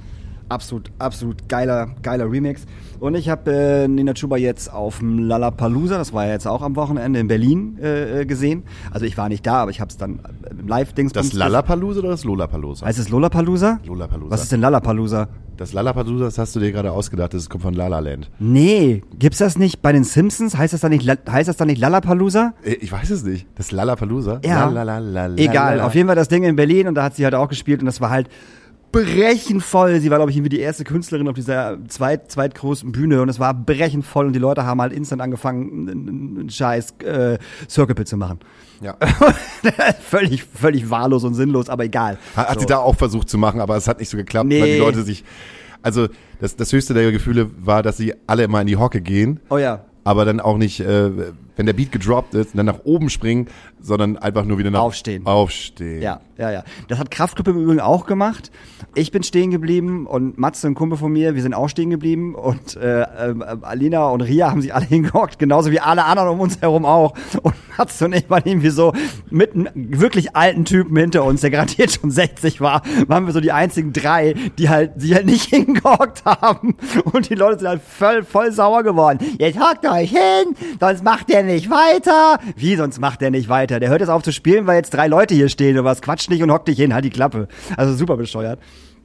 Absolut, absolut geiler, geiler Remix. Und ich habe äh, Nina Chuba jetzt auf dem Lollapalooza, das war ja jetzt auch am Wochenende in Berlin äh, gesehen. Also ich war nicht da, aber ich habe es dann im Live-Dings. Das Lollapalooza oder das Lollapalooza? Heißt es Lollapalooza? Lollapalooza. Was ist denn Lollapalooza? Das Lollapalooza, das hast du dir gerade ausgedacht, das kommt von La La Land. Nee, gibt's das nicht bei den Simpsons? Heißt das dann nicht, heißt das dann nicht Lollapalooza? Ich weiß es nicht. Das Lollapalooza? Ja. Lalalala, Egal, lala. auf jeden Fall das Ding in Berlin und da hat sie halt auch gespielt und das war halt brechend voll. Sie war, glaube ich, irgendwie die erste Künstlerin auf dieser zweit, zweitgrößten Bühne und es war brechend voll und die Leute haben halt instant angefangen, einen scheiß äh, Circle Pit zu machen. Ja. völlig, völlig wahllos und sinnlos, aber egal. Hat, hat so. sie da auch versucht zu machen, aber es hat nicht so geklappt, Nee. weil die Leute sich, also das, das höchste der Gefühle war, dass sie alle immer in die Hocke gehen. Oh ja. Aber dann auch nicht, äh, wenn der Beat gedroppt ist, dann nach oben springen, sondern einfach nur wieder nach Aufstehen. Aufstehen. Ja, ja, ja. Das hat Kraftklub im Übrigen auch gemacht. Ich bin stehen geblieben und Matze, ein Kumpel von mir, wir sind auch stehen geblieben und äh, äh, Alina und Ria haben sich alle hingehockt, genauso wie alle anderen um uns herum auch. Und Matze und ich waren irgendwie so mit einem wirklich alten Typen hinter uns, der gerade jetzt schon sechzig war, waren wir so die einzigen drei, die halt sich halt nicht hingehockt haben. Und die Leute sind halt voll, voll sauer geworden. Jetzt hockt euch hin, sonst macht der nicht weiter. Wie, sonst macht der nicht weiter? Der hört jetzt auf zu spielen, weil jetzt drei Leute hier stehen oder was. Quatsch nicht und hock dich hin, halt die Klappe. Also super bescheuert.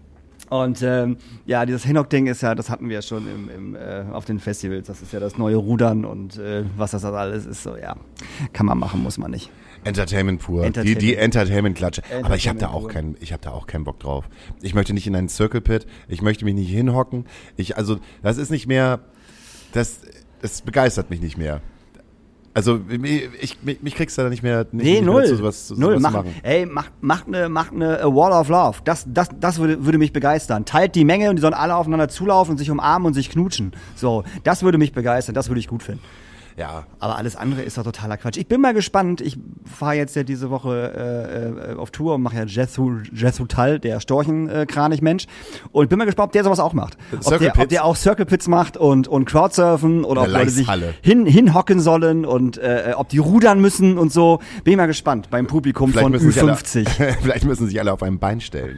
Und ähm, ja, dieses Hinhock-Ding ist ja, das hatten wir ja schon im, im, äh, auf den Festivals. Das ist ja das neue Rudern und äh, was das alles ist. So, ja, kann man machen, muss man nicht. Entertainment pur. Entertainment. Die, die Entertainment-Klatsche. Entertainment Aber ich habe da auch pur. keinen, ich habe da auch keinen Bock drauf. Ich möchte nicht in einen Circle Pit. Ich möchte mich nicht hinhocken. Ich, also, das ist nicht mehr, das, das begeistert mich nicht mehr. Also ich, mich, mich kriegst du da nicht mehr, nicht, Nee, nicht null. mehr dazu, sowas, sowas null. zu Mach, machen. ey, mach, mach eine mach ne Wall of Love. Das, das, das würde, würde mich begeistern. Teilt die Menge und die sollen alle aufeinander zulaufen und sich umarmen und sich knutschen. So, das würde mich begeistern, das würde ich gut finden. Ja, Aber alles andere ist doch totaler Quatsch. Ich bin mal gespannt. Ich fahre jetzt ja diese Woche äh, auf Tour und mache ja Jethu, Jethu Tull, der Storchenkranich-Mensch. Und bin mal gespannt, ob der sowas auch macht. Ob Circle der, Pits? ob der auch Circle Pits macht und, und Crowdsurfen oder ob Eine Leute sich Leishalle. hin, hinhocken sollen und äh, ob die rudern müssen und so. Bin ich mal gespannt beim Publikum vielleicht von müssen, Ü sich alle, fünfzig. vielleicht müssen sich alle auf ein Bein stellen.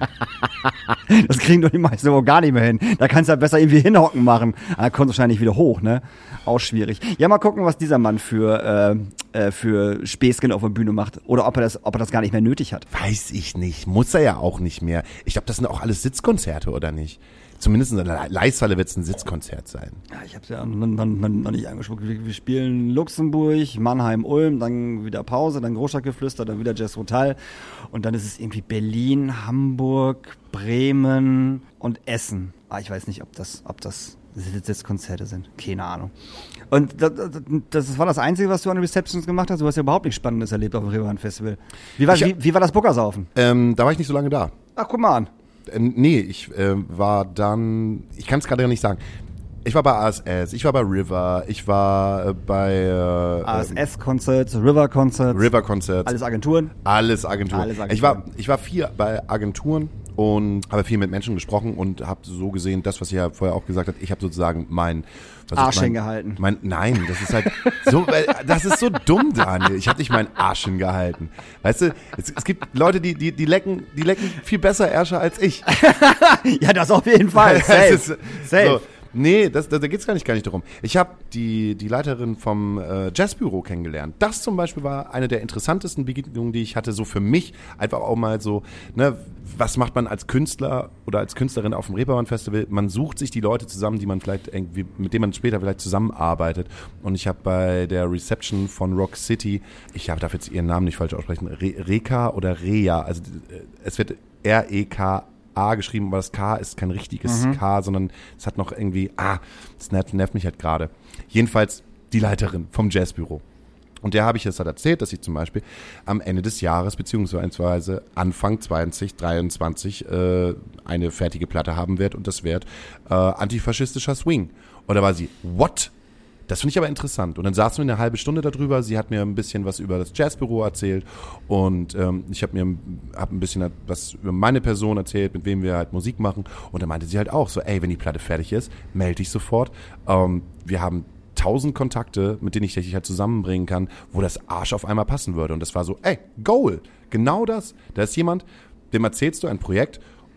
Das kriegen doch die meisten überhaupt gar nicht mehr hin. Da kannst du halt besser irgendwie hinhocken machen. Aber da kommt wahrscheinlich wieder hoch, ne? Auch schwierig. Ja, mal gucken, was dieser Mann für, äh, äh, für Späßchen auf der Bühne macht. Oder ob er das, ob er das gar nicht mehr nötig hat. Weiß ich nicht. Muss er ja auch nicht mehr. Ich glaube, das sind auch alles Sitzkonzerte, oder nicht? Zumindest in einer Leishalle wird es ein Sitzkonzert sein. Ja, ich hab's ja noch, noch, noch, noch nicht angesprochen. Wir, wir spielen Luxemburg, Mannheim, Ulm, dann wieder Pause, dann Großstadtgeflüster, dann wieder Jazz Hotel. Und dann ist es irgendwie Berlin, Hamburg, Bremen und Essen. Ah, ich weiß nicht, ob das, ob das Sitzkonzerte sind. Keine Ahnung. Und das, das war das Einzige, was du an den Receptions gemacht hast? Du hast ja überhaupt nichts Spannendes erlebt auf dem Reeperbahn Festival. Wie war, Ich- wie, wie war das Buckersaufen? Ähm, da war ich nicht so lange da. Ach, guck mal an. Ähm, nee, ich äh, war dann, ich kann es gerade nicht sagen. Ich war bei A S S, ich war bei River, ich war äh, bei äh, A S S-Concerts, River-Concerts. River Concerts. Alles Agenturen. Alles Agenturen. Alles Agenturen. Ich war, ich war viel bei Agenturen und habe viel mit Menschen gesprochen und habe so gesehen, das, was ich ja vorher auch gesagt habe, ich habe sozusagen mein was Arsch ist mein, hingehalten. Mein, nein, das ist halt so, weil, das ist so dumm, Daniel. Ich habe nicht meinen Arsch hingehalten. Weißt du, es, es gibt Leute, die, die, die lecken, die lecken viel besser Ärsche als ich. Ja, das auf jeden Fall. Das Safe. ist- Safe. So, nee, das, das, da geht's gar nicht, gar nicht darum. Ich habe die, die Leiterin vom äh, Jazzbüro kennengelernt. Das zum Beispiel war eine der interessantesten Begegnungen, die ich hatte, so für mich. Einfach auch mal so, ne, was macht man als Künstler oder als Künstlerin auf dem Reeperbahn Festival? Man sucht sich die Leute zusammen, die man vielleicht irgendwie, mit denen man später vielleicht zusammenarbeitet. Und ich habe bei der Reception von Rock City, ich darf jetzt ihren Namen nicht falsch aussprechen, Re- Reka oder Rea, also äh, es wird R E K A geschrieben, aber das K ist kein richtiges Mhm. K, sondern es hat noch irgendwie, ah, das nervt, nervt mich halt gerade. Jedenfalls die Leiterin vom Jazzbüro. Und der habe ich jetzt halt erzählt, dass ich zum Beispiel am Ende des Jahres beziehungsweise Anfang zwanzig dreiundzwanzig äh, eine fertige Platte haben werde und das wird äh, antifaschistischer Swing. Und da war sie, what? Das finde ich aber interessant. Und dann saßen wir eine halbe Stunde darüber. Sie hat mir ein bisschen was über das Jazzbüro erzählt und ähm, ich habe mir hab ein bisschen was über meine Person erzählt, mit wem wir halt Musik machen. Und dann meinte sie halt auch so, ey, wenn die Platte fertig ist, melde dich sofort. Ähm, wir haben tausend Kontakte, mit denen ich dich halt zusammenbringen kann, wo das Arsch auf einmal passen würde. Und das war so, ey, Goal, genau das. Da ist jemand, dem erzählst du ein Projekt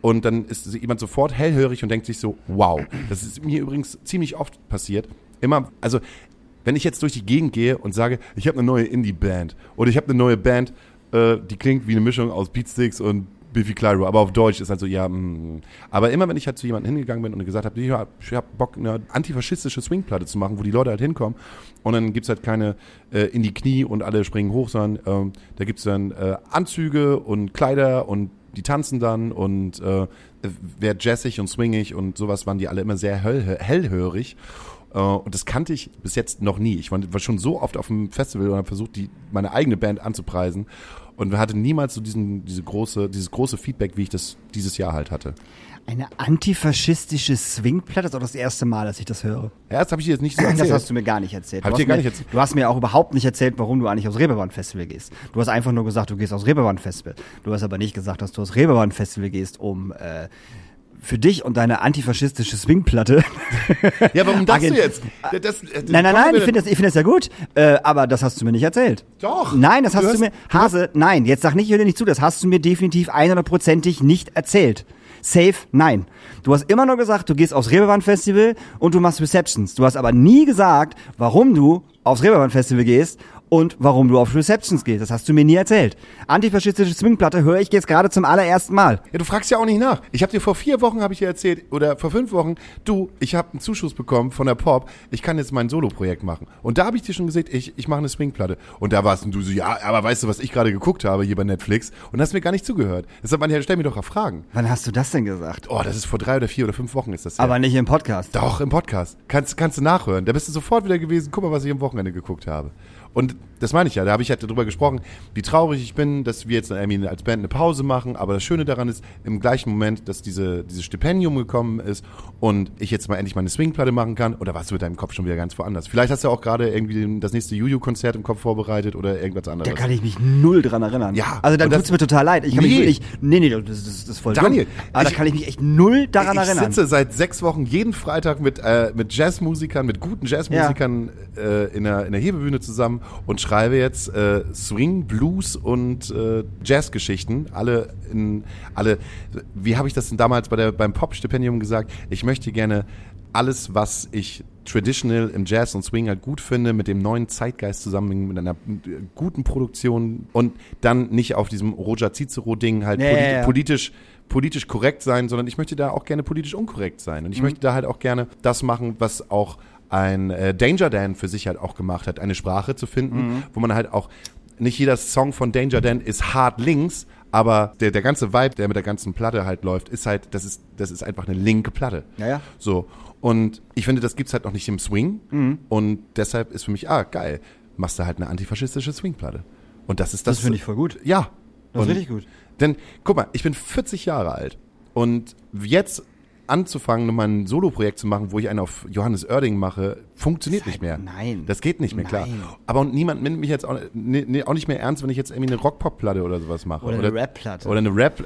und dann ist jemand sofort hellhörig und denkt sich so, wow. Das ist mir übrigens ziemlich oft passiert. Immer, also wenn ich jetzt durch die Gegend gehe und sage, ich habe eine neue Indie-Band oder ich habe eine neue Band, äh, die klingt wie eine Mischung aus Beatsticks und Biffy Clyro, aber auf Deutsch ist halt so, ja, mh. Aber immer, wenn ich halt zu jemandem hingegangen bin und gesagt habe, ich habe Bock, eine antifaschistische Swingplatte zu machen, wo die Leute halt hinkommen und dann gibt's halt keine äh, in die Knie und alle springen hoch, sondern ähm, da gibt's dann äh, Anzüge und Kleider und die tanzen dann und äh, wer jazzig und swingig und sowas waren die alle immer sehr hell, hellhörig. Uh, und das kannte ich bis jetzt noch nie. Ich war, war schon so oft auf dem Festival und habe versucht, die, meine eigene Band anzupreisen und hatte niemals so diesen, diese große, dieses große Feedback, wie ich das dieses Jahr halt hatte. Eine antifaschistische Swingplatte, das ist auch das erste Mal, dass ich das höre. Ja, das habe ich dir jetzt nicht so erzählt. Das hast du mir gar nicht erzählt. Hab ich dir gar nicht erzählt. Du hast mir auch überhaupt nicht erzählt, warum du eigentlich aufs Reeperbahn-Festival gehst. Du hast einfach nur gesagt, du gehst aufs Reeperbahn-Festival. Du hast aber nicht gesagt, dass du aufs Reeperbahn-Festival gehst, um äh, für dich und deine antifaschistische Swingplatte. Ja, warum das du jetzt? Das, das, nein, nein, nein, ich finde das, ich finde das ja gut, äh, aber das hast du mir nicht erzählt. Doch. Nein, das hast du, du hast, mir, Hase, nein, jetzt sag nicht, ich höre dir nicht zu, das hast du mir definitiv hundertprozentig nicht erzählt. Safe, nein. Du hast immer nur gesagt, du gehst aufs Reeperbahn-Festival und du machst Receptions. Du hast aber nie gesagt, warum du aufs Reeperbahn-Festival gehst und warum du auf Receptions gehst. Das hast du mir nie erzählt. Antifaschistische Swingplatte höre ich jetzt gerade zum allerersten Mal. Ja, du fragst ja auch nicht nach. Ich habe dir vor vier Wochen, habe ich dir erzählt, oder vor fünf Wochen, du, ich habe einen Zuschuss bekommen von der Pop, ich kann jetzt mein Solo-Projekt machen. Und da habe ich dir schon gesagt, ich, ich mache eine Swingplatte. Und da warst du so, ja, aber weißt du, was ich gerade geguckt habe hier bei Netflix? Und hast mir gar nicht zugehört. Deshalb, man, stell mir doch auch Fragen. Wann hast du das denn gesagt? Oh, das ist vor drei oder vier oder fünf Wochen ist das. Aber ja. Nicht im Podcast. Doch, im Podcast. Kannst, kannst du nachhören. Da bist du sofort wieder gewesen. Guck mal, was ich am Wochenende geguckt habe. Und das meine ich ja, da habe ich halt darüber gesprochen, wie traurig ich bin, dass wir jetzt irgendwie als Band eine Pause machen, aber das Schöne daran ist, im gleichen Moment, dass diese dieses Stipendium gekommen ist und ich jetzt mal endlich meine Swingplatte machen kann, oder warst du mit deinem Kopf schon wieder ganz woanders? Vielleicht hast du auch gerade irgendwie das nächste Juju-Konzert im Kopf vorbereitet oder irgendwas anderes. Da kann ich mich null dran erinnern. Ja. Also dann tut's mir total leid. Ich kann nee. mich wirklich, nee, nee, das, das, das ist voll Daniel, dumm. Aber ich, da kann ich mich echt null daran ich erinnern. Ich sitze seit sechs Wochen jeden Freitag mit, äh, mit Jazzmusikern, mit guten Jazzmusikern ja. äh, in, der, in der Hebebühne zusammen und schreibe jetzt jetzt äh, Swing, Blues und äh, Jazzgeschichten, alle in alle. Wie habe ich das denn damals bei der beim Pop-Stipendium gesagt? Ich möchte gerne alles, was ich traditional im Jazz und Swing halt gut finde, mit dem neuen Zeitgeist zusammen, mit einer guten Produktion und dann nicht auf diesem Roger Cicero-Ding halt ja, polit- ja, ja. politisch politisch korrekt sein, sondern ich möchte da auch gerne politisch unkorrekt sein. Und ich mhm. möchte da halt auch gerne das machen, was auch ein äh, Danger Dan für sich halt auch gemacht hat, eine Sprache zu finden, mhm. wo man halt auch, nicht jeder Song von Danger Dan ist hart links, aber der, der ganze Vibe, der mit der ganzen Platte halt läuft, ist halt, das ist, das ist einfach eine linke Platte. Ja, ja. So. Und ich finde, das gibt's halt noch nicht im Swing. Mhm. Und deshalb ist für mich, ah, geil, machst du halt eine antifaschistische Swingplatte. Und das ist das. Das finde ich voll gut. Ja. Das ist und, richtig gut. Denn, guck mal, ich bin vierzig Jahre alt. Und jetzt anzufangen, nochmal ein Solo-Projekt zu machen, wo ich einen auf Johannes Oerding mache, funktioniert Seit, nicht mehr. Nein. Das geht nicht mehr, nein. klar. Aber niemand nimmt mich jetzt auch, ne, auch nicht mehr ernst, wenn ich jetzt irgendwie eine Rock-Pop-Platte oder sowas mache. Oder, oder eine Rap-Platte. Oder eine Rap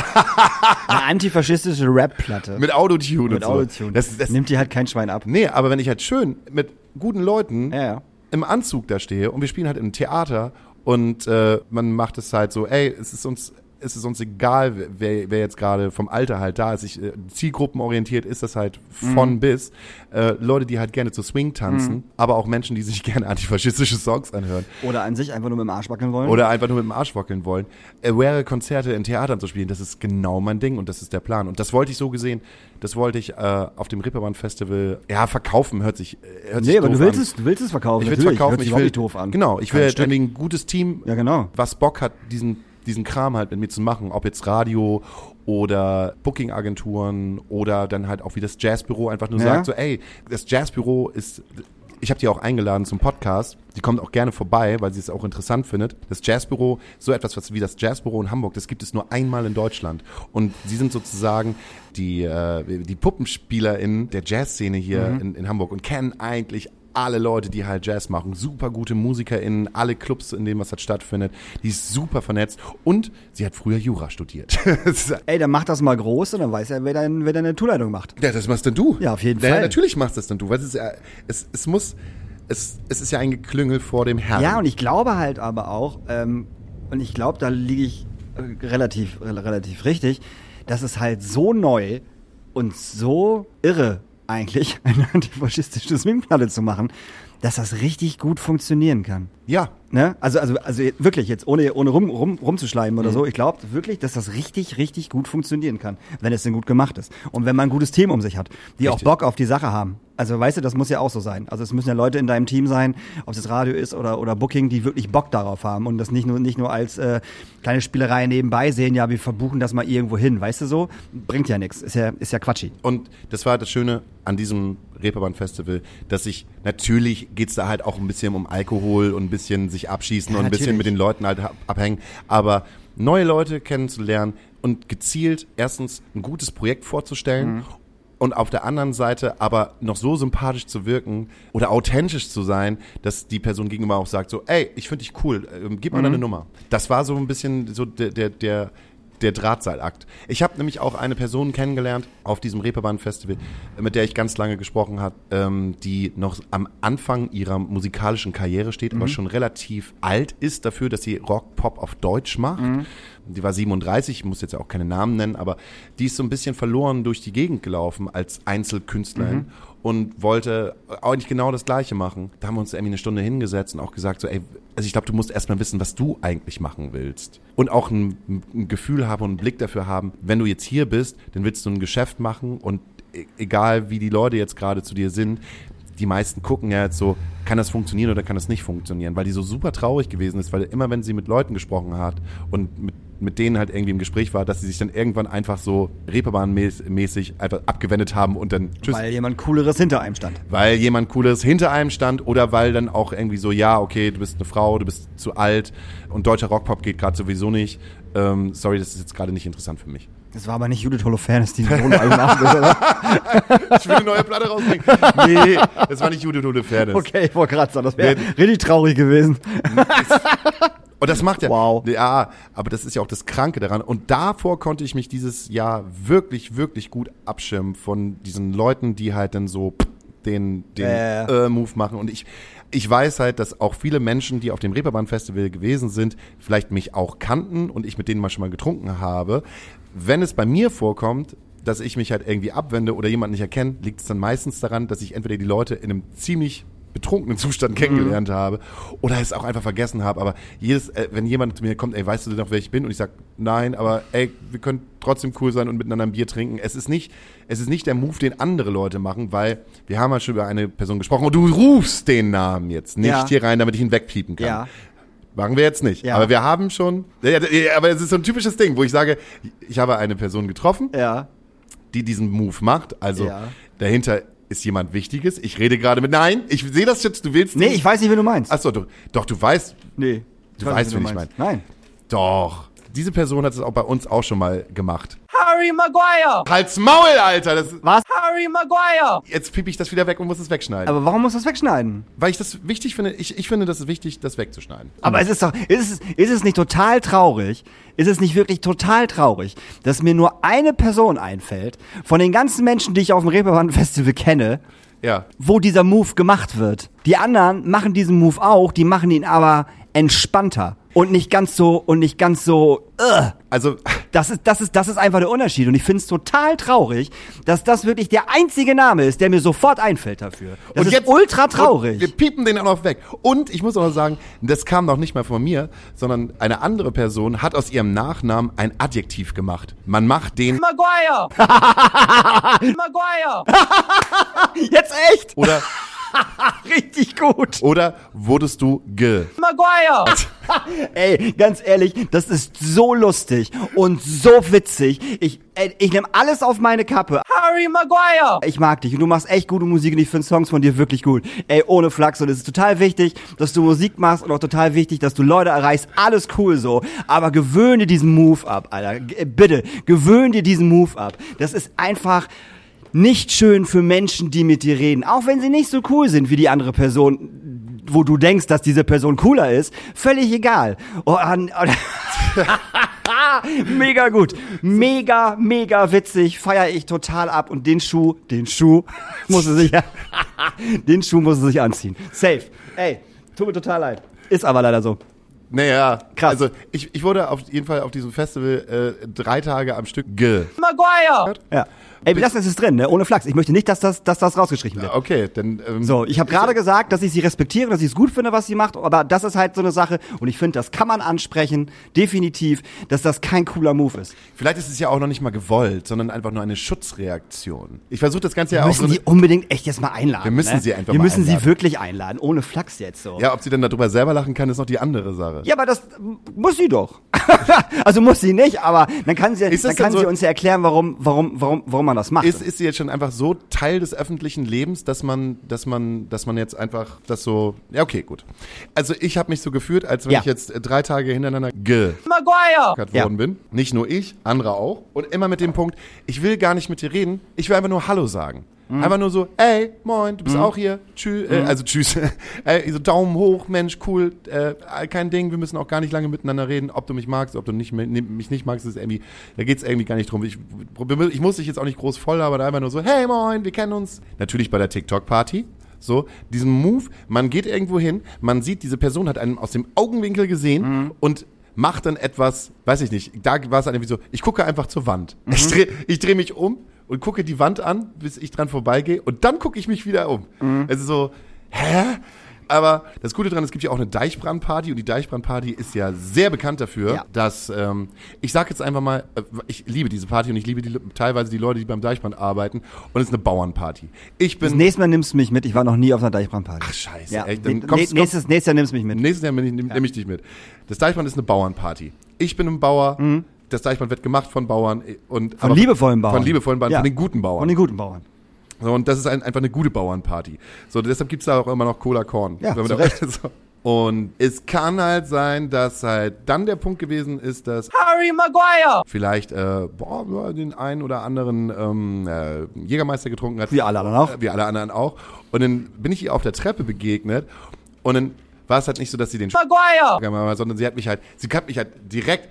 Eine antifaschistische Rap-Platte. Mit Autotune mit und so. Autotune. Das, das nimmt dir halt kein Schwein ab. Nee, aber wenn ich halt schön mit guten Leuten ja, ja. im Anzug da stehe und wir spielen halt im Theater und äh, man macht es halt so, ey, es ist uns ist es uns egal, wer, wer jetzt gerade vom Alter halt da ist. Ich, äh, zielgruppenorientiert ist das halt von mhm. bis. Äh, Leute, die halt gerne zu Swing tanzen, mhm. aber auch Menschen, die sich gerne antifaschistische Songs anhören. Oder an sich einfach nur mit dem Arsch wackeln wollen. Oder einfach nur mit dem Arsch wackeln wollen. Aware Konzerte in Theatern zu spielen, das ist genau mein Ding und das ist der Plan. Und das wollte ich so gesehen, das wollte ich äh, auf dem Reeperbahn Festival, ja, verkaufen hört sich, hört nee, sich aber doof du willst an. es, du willst es verkaufen. Ich will es verkaufen. Hört sich ich will, nicht doof an. Genau, ich will halt irgendwie ein gutes Team, ja, genau. was Bock hat, diesen diesen Kram halt mit mir zu machen, ob jetzt Radio oder Booking-Agenturen oder dann halt auch wie das Jazzbüro einfach nur ja. sagt, so ey, das Jazzbüro ist, ich habe die auch eingeladen zum Podcast, die kommt auch gerne vorbei, weil sie es auch interessant findet. Das Jazzbüro, so etwas was wie das Jazzbüro in Hamburg, das gibt es nur einmal in Deutschland und sie sind sozusagen die, äh, die PuppenspielerInnen der Jazzszene hier mhm. in, in Hamburg und kennen eigentlich alle Leute, die halt Jazz machen, super gute MusikerInnen, alle Clubs, in denen was halt stattfindet, die ist super vernetzt und sie hat früher Jura studiert. Ey, dann mach das mal groß und dann weiß er, wer, dein, wer deine Tourleitung macht. Ja, das machst dann du. Ja, auf jeden ja, Fall. Natürlich machst das dann du, weil es ist ja, es, es muss, es, es ist ja ein Geklüngel vor dem Herrn. Ja, und ich glaube halt aber auch, ähm, und ich glaube, da liege ich äh, relativ, äh, relativ richtig, das ist halt so neu und so irre eigentlich, eine antifaschistische Swingplatte zu machen, dass das richtig gut funktionieren kann. Ja. Ne? Also, also, also wirklich, jetzt ohne, ohne rum, rum, rumzuschleimen oder Mhm. so. Ich glaube wirklich, dass das richtig, richtig gut funktionieren kann, wenn es denn gut gemacht ist. Und wenn man ein gutes Team um sich hat, die Richtig. auch Bock auf die Sache haben. Also weißt du, das muss ja auch so sein. Also es müssen ja Leute in deinem Team sein, ob es jetzt Radio ist oder, oder Booking, die wirklich Bock darauf haben und das nicht nur, nicht nur als äh, kleine Spielerei nebenbei sehen, ja, wir verbuchen das mal irgendwo hin, weißt du so? Bringt ja nichts, ist ja, ist ja quatschig. Und das war das Schöne an diesem Reeperbahn-Festival, dass ich, natürlich geht's da halt auch ein bisschen um Alkohol und ein bisschen sich abschießen Ja, und ein bisschen natürlich. mit den Leuten halt ab- abhängen, aber neue Leute kennenzulernen und gezielt erstens ein gutes Projekt vorzustellen Mhm. und auf der anderen Seite aber noch so sympathisch zu wirken oder authentisch zu sein, dass die Person gegenüber auch sagt so, ey, ich finde dich cool, ähm, gib mal Mhm. deine Nummer. Das war so ein bisschen so der, der, der der Drahtseilakt. Ich habe nämlich auch eine Person kennengelernt auf diesem Reeperbahn-Festival, mit der ich ganz lange gesprochen habe, ähm, die noch am Anfang ihrer musikalischen Karriere steht, aber schon relativ alt ist dafür, dass sie Rock-Pop auf Deutsch macht. Die war siebenunddreißig, ich muss jetzt auch keine Namen nennen, aber die ist so ein bisschen verloren durch die Gegend gelaufen als Einzelkünstlerin und wollte eigentlich genau das Gleiche machen. Da haben wir uns irgendwie eine Stunde hingesetzt und auch gesagt so, ey, also ich glaube, du musst erstmal wissen, was du eigentlich machen willst. Und auch ein, ein Gefühl haben und einen Blick dafür haben, wenn du jetzt hier bist, dann willst du ein Geschäft machen und e- egal wie die Leute jetzt gerade zu dir sind, die meisten gucken ja jetzt so, kann das funktionieren oder kann das nicht funktionieren, weil die so super traurig gewesen ist, weil immer wenn sie mit Leuten gesprochen hat und mit, mit denen halt irgendwie im Gespräch war, dass sie sich dann irgendwann einfach so Reeperbahn-mäßig einfach abgewendet haben und dann tschüss. Weil jemand Cooleres hinter einem stand. Weil jemand Cooles hinter einem stand oder weil dann auch irgendwie so, ja, okay, du bist eine Frau, du bist zu alt und deutscher Rockpop geht gerade sowieso nicht. Ähm, sorry, das ist jetzt gerade nicht interessant für mich. Das war aber nicht Judith Holofernes, die ein Solo-Album macht, oder? Ich will eine neue Platte rausbringen. Nee, das war nicht Judith Holofernes. Okay, ich wollte gerade sagen, das wäre Nee. richtig traurig gewesen. Und das macht ja, Wow. ja, aber das ist ja auch das Kranke daran. Und davor konnte ich mich dieses Jahr wirklich, wirklich gut abschirmen von diesen Leuten, die halt dann so den, den Äh. äh, Move machen. Und ich, ich weiß halt, dass auch viele Menschen, die auf dem Reeperbahn-Festival gewesen sind, vielleicht mich auch kannten und ich mit denen mal schon mal getrunken habe. Wenn es bei mir vorkommt, dass ich mich halt irgendwie abwende oder jemand nicht erkenne, liegt es dann meistens daran, dass ich entweder die Leute in einem ziemlich betrunkenen Zustand kennengelernt Mhm. habe oder es auch einfach vergessen habe. Aber jedes, äh, wenn jemand zu mir kommt, ey, weißt du denn noch, wer ich bin? Und ich sag, nein, aber ey, wir können trotzdem cool sein und miteinander ein Bier trinken. Es ist nicht, es ist nicht der Move, den andere Leute machen, weil wir haben ja schon über eine Person gesprochen und du rufst den Namen jetzt nicht Ja. hier rein, damit ich ihn wegpiepen kann. Ja. Machen wir jetzt nicht. Ja. Aber wir haben schon, ja, ja, aber es ist so ein typisches Ding, wo ich sage, ich habe eine Person getroffen, Ja. die diesen Move macht. Also Ja. dahinter ist jemand Wichtiges. Ich rede gerade mit, nein, ich sehe das jetzt, du willst Nee, nicht. ich weiß nicht, wie du meinst. Achso, du, doch, du weißt, Nee. du weißt, wen ich meine. Nein. Doch. Diese Person hat es auch bei uns auch schon mal gemacht. Harry Maguire! Halt's Maul, Alter! Das, Was? Harry Maguire! jetzt piep ich das wieder weg und muss es wegschneiden. Aber warum muss das wegschneiden? Weil ich das wichtig finde, ich, ich finde, das ist wichtig, das wegzuschneiden. Aber es ist doch, ist es, ist es nicht total traurig? Ist es nicht wirklich total traurig, dass mir nur eine Person einfällt, von den ganzen Menschen, die ich auf dem Reeperbahn-Festival kenne, Ja. wo dieser Move gemacht wird? Die anderen machen diesen Move auch, die machen ihn aber entspannter und nicht ganz so, und nicht ganz so, uh. Also, Das ist, das ist, das ist einfach der Unterschied. Und ich finde es total traurig, dass das wirklich der einzige Name ist, der mir sofort einfällt dafür. Das ist ultra traurig. Und wir piepen den auch noch weg. Und ich muss auch noch sagen, das kam noch nicht mal von mir, sondern eine andere Person hat aus ihrem Nachnamen ein Adjektiv gemacht. Man macht den Maguire! Maguire! Jetzt echt? oder, Richtig gut. oder wurdest du ge. Maguire! Ey, ganz ehrlich, das ist so lustig und so witzig. Ich, ey, ich nehme alles auf meine Kappe. Harry Maguire! Ich mag dich und du machst echt gute Musik und ich finde Songs von dir wirklich gut. Ey, ohne Flachs, und es ist total wichtig, dass du Musik machst und auch total wichtig, dass du Leute erreichst. Alles cool so, aber gewöhn dir diesen Move ab, Alter. G- Bitte, gewöhn dir diesen Move ab. Das ist einfach nicht schön für Menschen, die mit dir reden. Auch wenn sie nicht so cool sind wie die andere Person, wo du denkst, dass diese Person cooler ist. Völlig egal. Oh, an, mega gut. Mega, mega witzig. Feier ich total ab. Und den Schuh, den Schuh muss er sich, den Schuh muss er sich anziehen. Safe. Ey, tut mir total leid. Ist aber leider so. Naja, Krass. Also ich, ich wurde auf jeden Fall auf diesem Festival äh, drei Tage am Stück ge... Maguire. Ja. Ey, wir lassen es jetzt drin, ne? Ohne Flachs. Ich möchte nicht, dass das, dass das rausgeschrieben wird. Okay, dann... Ähm, So, ich habe gerade gesagt, dass ich sie respektiere, dass ich es gut finde, was sie macht, aber das ist halt so eine Sache und ich finde, das kann man ansprechen, definitiv, dass das kein cooler Move ist. Vielleicht ist es ja auch noch nicht mal gewollt, sondern einfach nur eine Schutzreaktion. Ich versuche das Ganze Wir ja auch... müssen so die unbedingt echt jetzt mal einladen. Wir müssen ne? sie einfach Wir mal müssen einladen. sie wirklich einladen, ohne Flachs jetzt so. Ja, ob sie denn darüber selber lachen kann, ist noch die andere Sache. Ja, aber das muss sie doch. Also muss sie nicht, aber dann kann sie, Ist das dann kann denn sie so- uns ja erklären, warum, warum, warum, warum man das macht. Ist, ist sie jetzt schon einfach so Teil des öffentlichen Lebens, dass man, dass man, dass man jetzt einfach das so, ja okay, gut. Also ich habe mich so gefühlt, als wenn Ja. ich jetzt äh, drei Tage hintereinander ge Maguire. Ja. worden bin. Nicht nur ich, andere auch. Und immer mit dem Punkt, ich will gar nicht mit dir reden, ich will einfach nur Hallo sagen. Mhm. Einfach nur so, ey, moin, du bist auch hier, tschüss, äh, also tschüss, äh, so Daumen hoch, Mensch, cool, äh, kein Ding, wir müssen auch gar nicht lange miteinander reden, ob du mich magst, ob du nicht, mich nicht magst, ist irgendwie, da geht's irgendwie gar nicht drum. Ich, ich muss dich jetzt auch nicht groß voll, aber einfach nur so, hey, moin, wir kennen uns. Natürlich bei der TikTok-Party. So, diesen Move, man geht irgendwo hin, man sieht, diese Person hat einen aus dem Augenwinkel gesehen Mhm. und macht dann etwas, weiß ich nicht, da war es dann irgendwie so, ich gucke einfach zur Wand. Ich drehe ich dreh mich um und gucke die Wand an, bis ich dran vorbeigehe und dann gucke ich mich wieder um. Mhm. Es ist so, hä? Aber das Gute daran, es gibt ja auch eine Deichbrandparty und die Deichbrandparty ist ja sehr bekannt dafür, Ja. dass, ähm, ich sag jetzt einfach mal, äh, ich liebe diese Party und ich liebe die, teilweise die Leute, die beim Deichbrand arbeiten und es ist eine Bauernparty. Ich bin... das nächste Mal nimmst du mich mit, ich war noch nie auf einer Deichbrandparty. Ach scheiße, Ja, echt? Dann ne- kommst- ne- nächstes, nächstes Jahr nimmst du mich mit. Nächstes Jahr nehme ich, nehm, nehm ich dich mit. Das Deichbrand ist eine Bauernparty. Ich bin ein Bauer. Das Deichbrand wird gemacht von Bauern. Und, Mhm. Von liebevollen Bauern. Von liebevollen Bauern, Ja. von den guten Bauern. Von den guten Bauern. So, und das ist ein, einfach eine gute Bauernparty. So, deshalb gibt's da auch immer noch Cola Korn. Ja, Wenn man zu da- Recht. so. Und es kann halt sein, dass halt dann der Punkt gewesen ist, dass Harry Maguire. vielleicht äh, boah, ja, den einen oder anderen ähm, äh, Jägermeister getrunken hat. Wie alle anderen auch. Äh, Wie alle anderen auch. Und dann bin ich ihr auf der Treppe begegnet und dann war es halt nicht so, dass sie den Maguire. Sch- sondern sie hat mich halt, sie hat mich halt direkt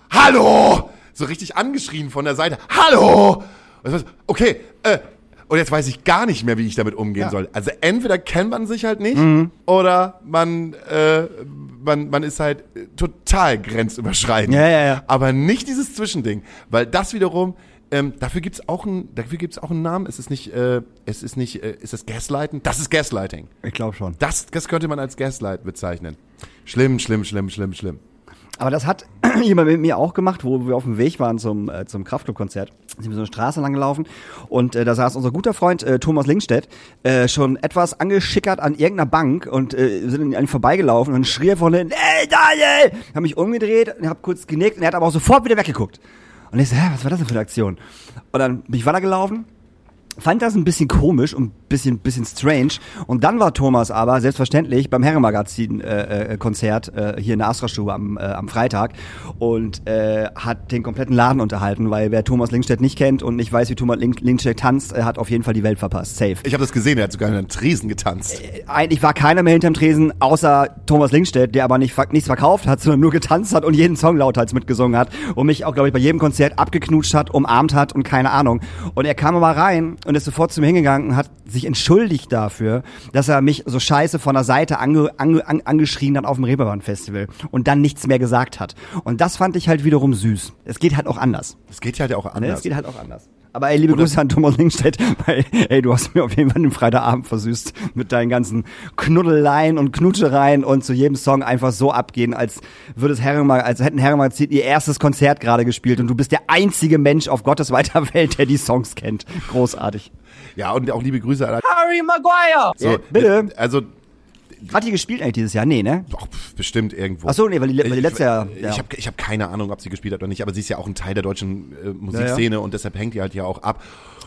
Hallo! So richtig angeschrien von der Seite. Hallo! Und ich war so, okay, äh, und jetzt weiß ich gar nicht mehr, wie ich damit umgehen Ja. soll. Also entweder kennt man sich halt nicht oder man, äh, man, man ist halt äh, total grenzüberschreitend. Ja, ja, ja. Aber nicht dieses Zwischending, weil das wiederum, ähm, dafür gibt's auch einen, dafür gibt's auch einen Namen. Es ist nicht, äh, es ist nicht, äh, ist das Gaslighten? Das ist Gaslighting. Ich glaube schon. Das, das könnte man als Gaslight bezeichnen. Schlimm, schlimm, schlimm, schlimm, schlimm. Aber das hat jemand mit mir auch gemacht, wo wir auf dem Weg waren zum, äh, zum Kraftclub-Konzert. Sind wir so eine Straße lang gelaufen und äh, da saß unser guter Freund äh, Thomas Linkstedt äh, schon etwas angeschickert an irgendeiner Bank und äh, sind an ihm vorbeigelaufen und schrie von hinten, ey Daniel! Ich habe mich umgedreht und habe kurz genickt und er hat aber auch sofort wieder weggeguckt. Und ich so, hä, was war das denn für eine Aktion? Und dann bin ich weitergelaufen, fand das ein bisschen komisch und ein bisschen, bisschen strange. Und dann war Thomas aber selbstverständlich beim Herrenmagazin-Konzert äh, äh, hier in der Astra-Stube am, äh, am Freitag und äh, hat den kompletten Laden unterhalten, weil wer Thomas Linkstedt nicht kennt und nicht weiß, wie Thomas Link Linkstedt tanzt, äh, hat auf jeden Fall die Welt verpasst. Safe. Ich habe das gesehen, er hat sogar in einen Tresen getanzt. Eigentlich war keiner mehr hinterm Tresen, außer Thomas Linkstedt, der aber nicht, nichts verkauft hat, sondern nur getanzt hat und jeden Song lauthals mitgesungen hat und mich auch, glaube ich, bei jedem Konzert abgeknutscht hat, umarmt hat und keine Ahnung. Und er kam aber rein und ist sofort zu mir hingegangen und hat sich entschuldigt dafür, dass er mich so scheiße von der Seite ange, ange, an, angeschrien hat auf dem Reeperbahn-Festival und dann nichts mehr gesagt hat. Und das fand ich halt wiederum süß. Es geht halt auch anders. Das geht halt auch Ne? anders. Es geht halt auch anders. Aber ey, liebe Grüße an Thomas Linkstedt, weil ey, du hast mir auf jeden Fall den Freitagabend versüßt mit deinen ganzen Knuddeleien und Knutschereien und zu jedem Song einfach so abgehen, als würde es Herrenmagazin, als hätten Herrenmagazin ihr erstes Konzert gerade gespielt und du bist der einzige Mensch auf Gottes weiter Welt, der die Songs kennt. Großartig. Ja, und auch liebe Grüße an Harry Maguire. so, Ja, bitte. Also, Hat die gespielt eigentlich dieses Jahr? Nee, ne? doch, pf, bestimmt irgendwo. Ach so, nee, weil die, weil die Ich- letzte Jahr. Ich Ja. habe ich hab keine Ahnung, ob sie gespielt hat oder nicht, aber sie ist ja auch ein Teil der deutschen äh, Musikszene und deshalb hängt die halt ja auch ab.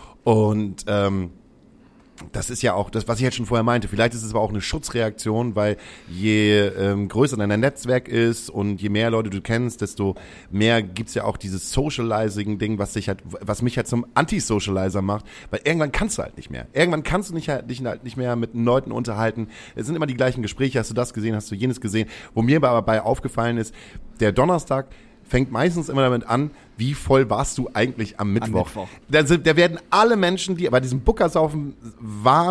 Und ähm, das ist ja auch das, was ich jetzt schon vorher meinte. Vielleicht ist es aber auch eine Schutzreaktion, weil je ähm, größer dein Netzwerk ist und je mehr Leute du kennst, desto mehr gibt's ja auch dieses Socializing-Ding, was sich halt, was mich halt zum Anti-Socializer macht, weil irgendwann kannst du halt nicht mehr. Irgendwann kannst du nicht, halt, dich halt nicht mehr mit Leuten unterhalten. Es sind immer die gleichen Gespräche. Hast du das gesehen? Hast du jenes gesehen? Wo mir aber bei aufgefallen ist, der Donnerstag fängt meistens immer damit an, wie voll warst du eigentlich am Mittwoch? Mittwoch. Da, sind, da werden alle Menschen, die bei diesem Bookersaufen waren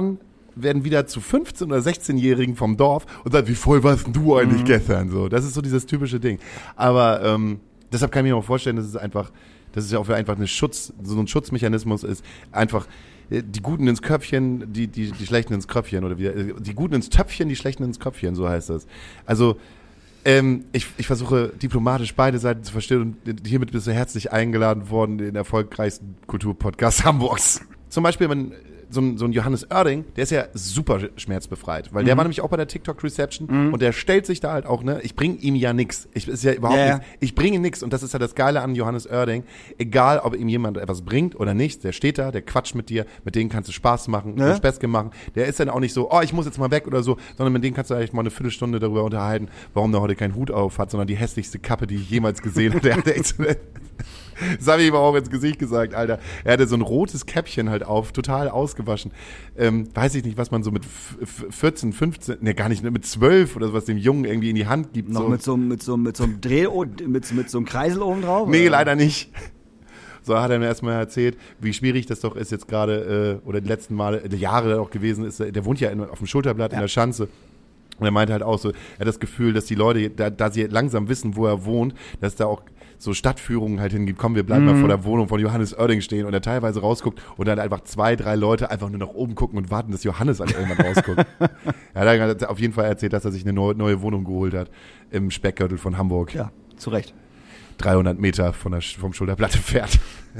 werden wieder zu fünfzehn- oder sechzehnjährigen vom Dorf und sagen, wie voll warst denn du eigentlich mhm. gestern? So, das ist so dieses typische Ding. Aber ähm, deshalb kann ich mir auch vorstellen, dass es einfach, dass es ja auch einfach eine Schutz, so ein Schutzmechanismus ist, einfach die Guten ins Köpfchen, die, die, die Schlechten ins Kröpfchen oder wie, die Guten ins Töpfchen, die Schlechten ins Köpfchen, so heißt das. Also ähm, ich, ich versuche diplomatisch beide Seiten zu verstehen und hiermit bist du herzlich eingeladen worden in den erfolgreichsten Kulturpodcast Hamburgs. Zum Beispiel, wenn so ein, so ein Johannes Oerding, der ist ja super schmerzbefreit, weil der mhm. war nämlich auch bei der TikTok-Reception mhm. und der stellt sich da halt auch, ne, ich bring ihm ja nix. Ich, ist ja überhaupt yeah. nichts. Ich bringe nix und das ist ja das Geile an Johannes Oerding. Egal, ob ihm jemand etwas bringt oder nicht, der steht da, der quatscht mit dir, mit denen kannst du Spaß machen, ja. Späßchen machen. Der ist dann auch nicht so, oh, ich muss jetzt mal weg oder so, sondern mit denen kannst du eigentlich mal eine Viertelstunde darüber unterhalten, warum der heute keinen Hut auf hat, sondern die hässlichste Kappe, die ich jemals gesehen habe. Der hatte echt so eine Das habe ich ihm auch ins Gesicht gesagt, Alter. Er hatte so ein rotes Käppchen halt auf, total ausgewaschen. Ähm, weiß ich nicht, was man so mit vierzehn, fünfzehn, ne, gar nicht, mit zwölf oder so, was dem Jungen irgendwie in die Hand gibt. Noch so. mit so mit so mit so einem Dreh, mit, mit so einem Kreisel oben drauf? Nee, oder? Leider nicht. So hat er mir erstmal erzählt, wie schwierig das doch ist jetzt gerade, äh, oder die letzten Male, die Jahre auch gewesen ist. Der wohnt ja in, auf dem Schulterblatt ja. in der Schanze. Und er meinte halt auch so, er hat das Gefühl, dass die Leute, da, da sie langsam wissen, wo er wohnt, dass da auch so Stadtführungen halt hingeht, komm, wir bleiben mhm. mal vor der Wohnung von Johannes Oerding stehen und er teilweise rausguckt und dann einfach zwei, drei Leute einfach nur nach oben gucken und warten, dass Johannes an irgendwann rausguckt. Er hat auf jeden Fall erzählt, dass er sich eine neue, neue Wohnung geholt hat im Speckgürtel von Hamburg. Ja, zu Recht. dreihundert Meter von der, vom Schulterblatt entfernt.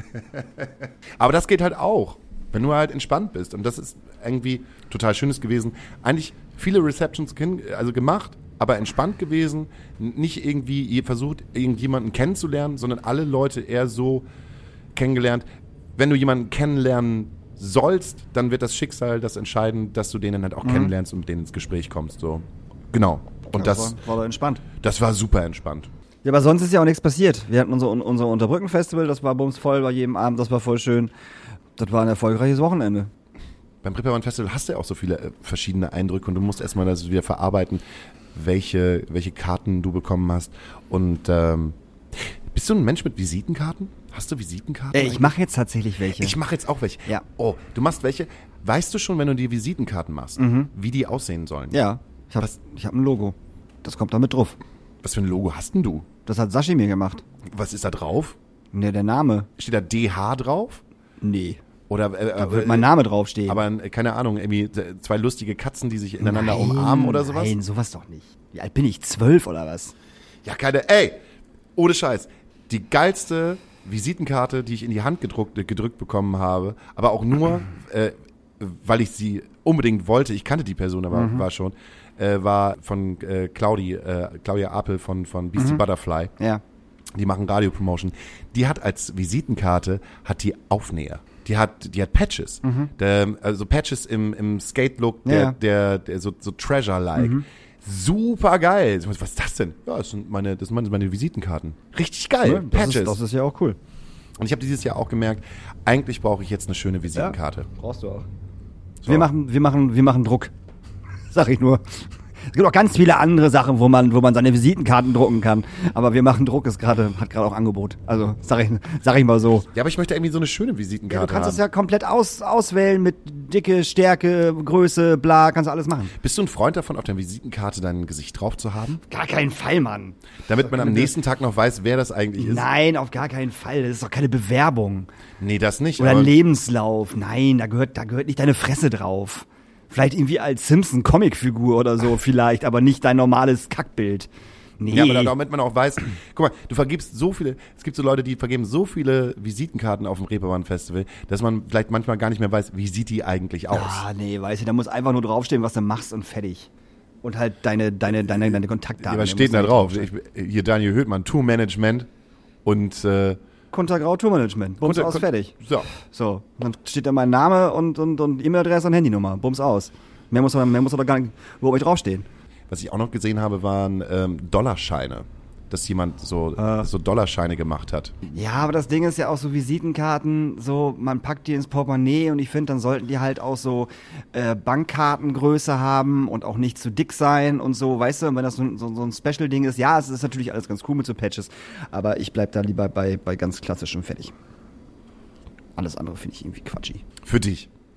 Aber das geht halt auch, wenn du halt entspannt bist und das ist irgendwie total Schönes gewesen. Eigentlich viele Receptions also gemacht, aber entspannt gewesen, nicht irgendwie versucht, irgendjemanden kennenzulernen, sondern alle Leute eher so kennengelernt. Wenn du jemanden kennenlernen sollst, dann wird das Schicksal das entscheiden, dass du den halt auch mhm. kennenlernst und mit denen ins Gespräch kommst. So. Genau. Und ja, das, das war, war entspannt. Das war super entspannt. Ja, aber sonst ist ja auch nichts passiert. Wir hatten unser, unser Unterbrücken-Festival, das war bumsvoll bei jedem Abend, das war voll schön. Das war ein erfolgreiches Wochenende. Beim Reeperbahn Festival hast du ja auch so viele äh, verschiedene Eindrücke und du musst erstmal das wieder verarbeiten, welche, welche Karten du bekommen hast. Und ähm, bist du ein Mensch mit Visitenkarten? Hast du Visitenkarten? Äh, ich mache jetzt tatsächlich welche. Ich mache jetzt auch welche. Ja. Oh, du machst welche? Weißt du schon, wenn du die Visitenkarten machst, mhm. wie die aussehen sollen? Ja, ich habe hab ein Logo. Das kommt da mit drauf. Was für ein Logo hast denn du? Das hat Sashi mir gemacht. Was ist da drauf? Ne, der Name. Steht da D H drauf? Nee. Oder äh, da wird mein Name draufstehen. Aber keine Ahnung, irgendwie zwei lustige Katzen, die sich ineinander nein, umarmen oder sowas? Nein, sowas doch nicht. Wie alt bin ich? Zwölf oder was? Ja, keine, ey, ohne Scheiß. Die geilste Visitenkarte, die ich in die Hand gedruckt, gedrückt bekommen habe, aber auch nur, äh, weil ich sie unbedingt wollte, ich kannte die Person aber mhm. war schon, äh, war von äh, Claudi, äh, Claudia Apel von, von Beastie mhm. Butterfly. Ja. Die machen Radio-Promotion. Die hat als Visitenkarte, hat die Aufnäher. Die hat, die hat Patches. Mhm. Der, also Patches im, im Skate-Look, der, ja. der, der so, so Treasure-like. Mhm. Super geil. Was ist das denn? Ja, das sind meine, das sind meine Visitenkarten. Richtig geil. Ja, Patches. Das ist, das ist ja auch cool. Und ich habe dieses Jahr auch gemerkt, eigentlich brauche ich jetzt eine schöne Visitenkarte. Ja, brauchst du auch. So. Wir machen, wir machen, wir machen Druck. Sag ich nur. Es gibt auch ganz viele andere Sachen, wo man, wo man seine Visitenkarten drucken kann. Aber wir machen Druck, ist gerade, hat gerade auch Angebot. Also, sag ich, sag ich mal so. Ja, aber ich möchte irgendwie so eine schöne Visitenkarte haben. Ja, du kannst haben. das ja komplett aus, auswählen mit Dicke, Stärke, Größe, bla, kannst du alles machen. Bist du ein Freund davon, auf der Visitenkarte dein Gesicht drauf zu haben? Gar keinen Fall, Mann. Damit man am nächsten Tag noch weiß, wer das eigentlich ist? Nein, auf gar keinen Fall. Das ist doch keine Bewerbung. Nee, das nicht. Oder ein Lebenslauf. Nein, da gehört, da gehört nicht deine Fresse drauf. Vielleicht irgendwie als Simpson-Comicfigur oder so vielleicht, aber nicht dein normales Kackbild. Nee. Ja, aber damit man auch weiß, guck mal, du vergibst so viele, es gibt so Leute, die vergeben so viele Visitenkarten auf dem Reeperbahn-Festival, dass man vielleicht manchmal gar nicht mehr weiß, wie sieht die eigentlich aus. Ah, nee, weißt du, da muss einfach nur draufstehen, was du machst und fertig. Und halt deine, deine, deine, deine Kontaktdaten. Ja, was steht denn da drauf? Ich, hier Daniel Höhtmann, Tourmanagement und äh, Kuntergrau Tourmanagement. Bums Kunter, aus, Kun- fertig. So. So. Dann steht da mein Name und, und, und E-Mail-Adresse und Handynummer. Bums aus. Mehr muss, mehr muss doch gar nicht überhaupt nicht draufstehen. Was ich auch noch gesehen habe, waren ähm, Dollarscheine. Dass jemand so, äh. so Dollarscheine gemacht hat. Ja, aber das Ding ist ja auch so Visitenkarten, so man packt die ins Portemonnaie und ich finde, dann sollten die halt auch so äh, Bankkartengröße haben und auch nicht zu dick sein und so, weißt du, und wenn das so, so, so ein Special-Ding ist, ja, es ist natürlich alles ganz cool mit so Patches, aber ich bleib da lieber bei, bei ganz klassischem fertig. Alles andere finde ich irgendwie quatschig. Für dich?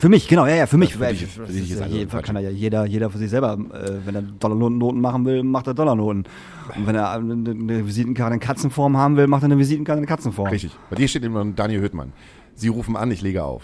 Für mich, genau, ja, ja, für mich. Ja, für dich- für dich ist ja, also jeden Fall Quatsch. kann er ja jeder, jeder für sich selber, äh, wenn er Dollarnoten machen will, macht er Dollarnoten. Und wenn er eine, eine Visitenkarte in Katzenform haben will, macht er eine Visitenkarte in Katzenform. Richtig. Bei dir steht immer Daniel Höhtmann. Sie rufen an, ich lege auf.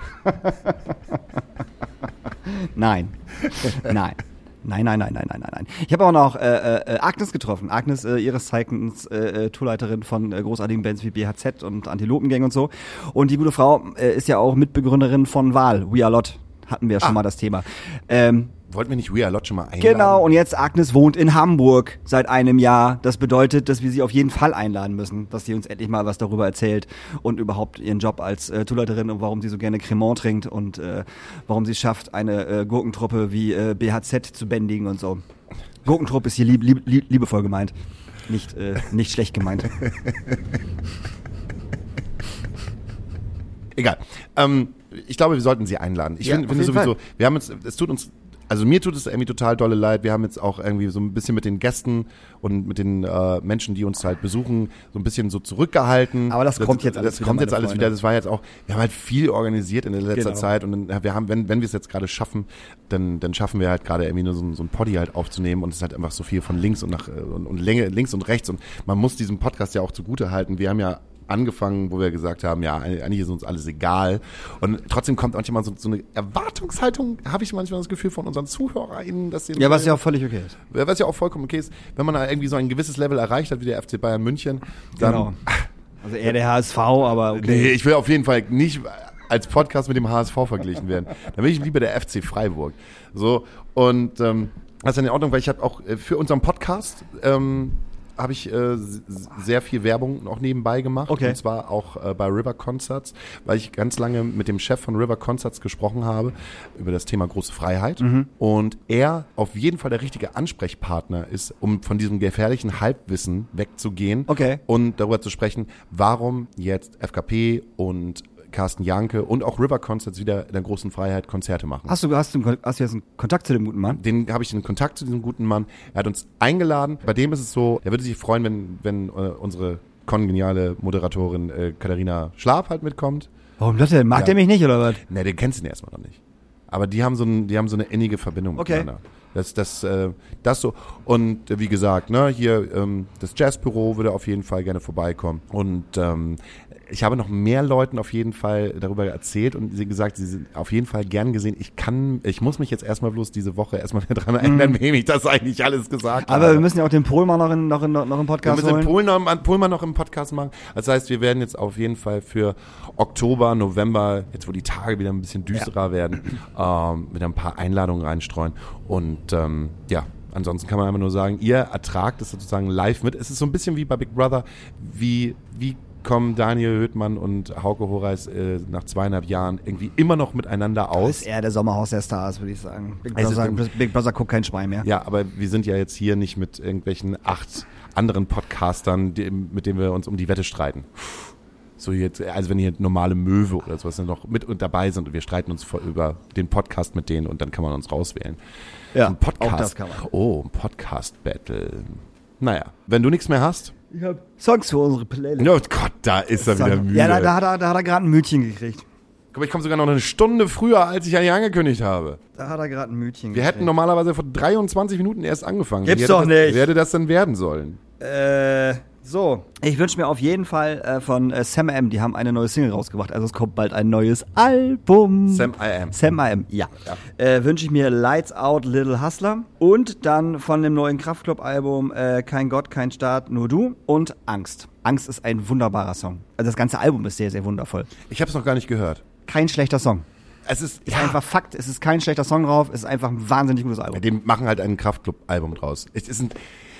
Nein. Nein. Nein, nein, nein, nein, nein, nein, nein. Ich habe auch noch äh, äh, Agnes getroffen. Agnes, äh, ihres Zeichens äh, Tourleiterin von äh, großartigen Bands wie B H Z und Antilopengang und so. Und die gute Frau äh, ist ja auch Mitbegründerin von Wahl. We Are Lot. Hatten wir ja schon Ah. mal das Thema. Ähm, Wollten wir nicht We Are Lot schon mal einladen? Genau, und jetzt Agnes wohnt in Hamburg seit einem Jahr. Das bedeutet, dass wir sie auf jeden Fall einladen müssen, dass sie uns endlich mal was darüber erzählt und überhaupt ihren Job als äh, Tourleiterin und warum sie so gerne Cremant trinkt und äh, warum sie es schafft, eine äh, Gurkentruppe wie äh, B H Z zu bändigen und so. Gurkentruppe ist hier lieb, lieb, lieb, liebevoll gemeint, nicht, äh, nicht schlecht gemeint. Egal. Ähm, ich glaube, wir sollten sie einladen. Ich Ja, finde auf finde jeden sowieso, Fall. wir haben jetzt, es tut uns, also mir tut es irgendwie total dolle leid. Wir haben jetzt auch irgendwie so ein bisschen mit den Gästen und mit den äh, Menschen, die uns halt besuchen, so ein bisschen so zurückgehalten. Aber das kommt jetzt alles Das wieder, kommt jetzt meine alles Freunde. wieder. Das war jetzt auch, wir haben halt viel organisiert in der letzter Genau. Zeit und dann, ja, wir haben, wenn, wenn wir es jetzt gerade schaffen, dann, dann schaffen wir halt gerade irgendwie nur so, so ein Poddy halt aufzunehmen und es ist halt einfach so viel von links und nach, und, und Länge, links und rechts und man muss diesem Podcast ja auch zugute halten. Wir haben ja angefangen, wo wir gesagt haben, ja, eigentlich ist uns alles egal. Und trotzdem kommt manchmal so, so eine Erwartungshaltung, habe ich manchmal das Gefühl von unseren ZuhörerInnen, dass sie Ja, was ja auch völlig okay ist. was ja auch vollkommen okay ist, wenn man da irgendwie so ein gewisses Level erreicht hat, wie der F C Bayern München, dann, Genau. Also eher der H S V, aber okay. nee, ich will auf jeden Fall nicht als Podcast mit dem H S V verglichen werden. Dann will ich lieber der F C Freiburg. So, und ähm, das ist in Ordnung, weil ich habe auch äh, für unseren Podcast ähm, habe ich äh, s- sehr viel Werbung noch nebenbei gemacht. Okay. Und zwar auch äh, bei River Concerts, weil ich ganz lange mit dem Chef von River Concerts gesprochen habe über das Thema große Freiheit. Mhm. Und er auf jeden Fall der richtige Ansprechpartner ist, um von diesem gefährlichen Halbwissen wegzugehen Okay. und darüber zu sprechen, warum jetzt F K P und Carsten Janke und auch River Concerts wieder in der großen Freiheit Konzerte machen. Hast du, hast du, hast du jetzt einen Kontakt zu dem guten Mann? Den habe ich in Kontakt zu diesem guten Mann. Er hat uns eingeladen. Bei dem ist es so, er würde sich freuen, wenn, wenn äh, unsere kongeniale Moderatorin äh, Katharina Schlaf halt mitkommt. Warum das denn? Mag Ja. der mich nicht, oder was? Ne, den kennst du ihn erstmal noch nicht. Aber die haben so, ein, die haben so eine innige Verbindung Okay. miteinander. Das, das, äh, das so. Und äh, wie gesagt, ne, hier ähm, das Jazzbüro würde auf jeden Fall gerne vorbeikommen. Und ähm, ich habe noch mehr Leuten auf jeden Fall darüber erzählt und sie gesagt, sie sind auf jeden Fall gern gesehen. Ich kann, ich muss mich jetzt erstmal bloß diese Woche erstmal daran erinnern, wem ich das eigentlich alles gesagt habe. Aber wir müssen ja auch den Polmann noch in, noch in, noch im Wir Podcast müssen den holen. Polen noch, Polen noch im Podcast machen. Das heißt, wir werden jetzt auf jeden Fall für Oktober, November, jetzt wo die Tage wieder ein bisschen düsterer werden, ähm, wieder ein paar Einladungen reinstreuen. Und ähm, ja, ansonsten kann man einfach nur sagen, ihr ertragt es sozusagen live mit. Es ist so ein bisschen wie bei Big Brother. Wie, wie kommen Daniel Höhtmann und Hauke Horeis äh, nach zweieinhalb Jahren irgendwie immer noch miteinander Das aus? ist eher der Sommerhaus der Stars, würde ich sagen. Big Also, Brother, Big Brother guckt kein Schwein mehr. Ja, aber wir sind ja jetzt hier nicht mit irgendwelchen acht anderen Podcastern, die, mit denen wir uns um die Wette streiten. So jetzt, also wenn hier normale Möwe oder sowas dann noch mit und dabei sind und wir streiten uns vor, über den Podcast mit denen und dann kann man uns rauswählen. Ja, ein Podcast. auch das kann man. Oh, ein Podcast-Battle. Naja, wenn du nichts mehr hast. Ich habe Songs für unsere Playlist. Oh Gott, da ist er wieder müde. Ja, da, da, hat er, da hat er gerade ein Mütchen gekriegt. Guck mal, ich komme sogar noch eine Stunde früher, als ich eigentlich angekündigt habe. Da hat er gerade ein Mütchen Wir gekriegt. hätten normalerweise vor dreiundzwanzig Minuten erst angefangen. Gibt's Wie hätte doch das, nicht. Wer hätte das denn werden sollen? Äh, so. Ich wünsche mir auf jeden Fall äh, von äh, Sam M. Die haben eine neue Single rausgebracht. Also es kommt bald ein neues Album. Sam I Am. Sam I Am, ja. Ja. Äh, wünsche ich mir Lights Out, Little Hustler. Und dann von dem neuen Kraftklub-Album äh, Kein Gott, kein Staat, nur du. Und Angst. Angst ist ein wunderbarer Song. Also das ganze Album ist sehr, sehr wundervoll. Ich habe es noch gar nicht gehört. Kein schlechter Song. Es ist, Ist einfach Fakt. Es ist kein schlechter Song drauf. Es ist einfach ein wahnsinnig gutes Album. Die machen halt ein Kraftclub-Album draus. Es ist ein,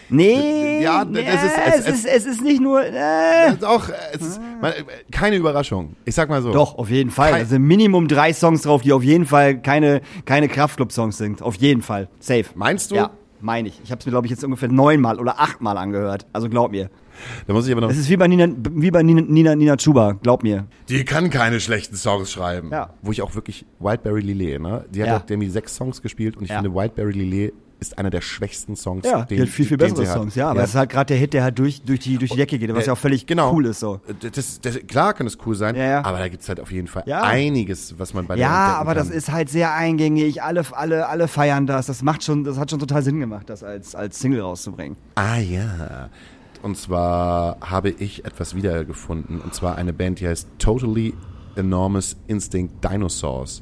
Nee, Ja, nee, es ist- es, es- ist, es ist nicht nur. Äh. es ist auch, es ist man, keine Überraschung. Ich sag mal so. Doch, auf jeden Fall. Kein- Da sind Minimum drei Songs drauf, die auf jeden Fall keine, keine Kraftclub-Songs sind. Auf jeden Fall. Safe. Meinst du? Ja, meine ich. Ich habe es mir, glaube ich, jetzt ungefähr neunmal oder achtmal angehört. Also glaub mir. Da muss ich aber noch. Es ist wie bei Nina, wie bei Nina, Nina, Nina Chuba. Glaub mir. Die kann keine schlechten Songs schreiben. Ja. Wo ich auch wirklich Wildberry Lillet, ne? Die hat Ja. auch irgendwie sechs Songs gespielt und ich Ja. finde Wildberry Lillet ist einer der schwächsten Songs. Ja, den, die hat viel, viel den bessere sie hat. Songs, ja. Aber ja. es ist halt gerade der Hit, der halt durch, durch, die, durch die Decke geht, was Äh, ja auch völlig genau. cool ist. So. Das, das, klar kann es cool sein, Ja, ja. aber da gibt es halt auf jeden Fall Ja. einiges, was man bei der Ja, entdecken aber kann. das ist halt sehr eingängig. Alle, alle, alle feiern das. Das macht schon, das hat schon total Sinn gemacht, das als, als Single rauszubringen. Ah ja. Und zwar habe ich etwas wiedergefunden. Und zwar eine Band, die heißt Totally Enormous Instinct Dinosaurs.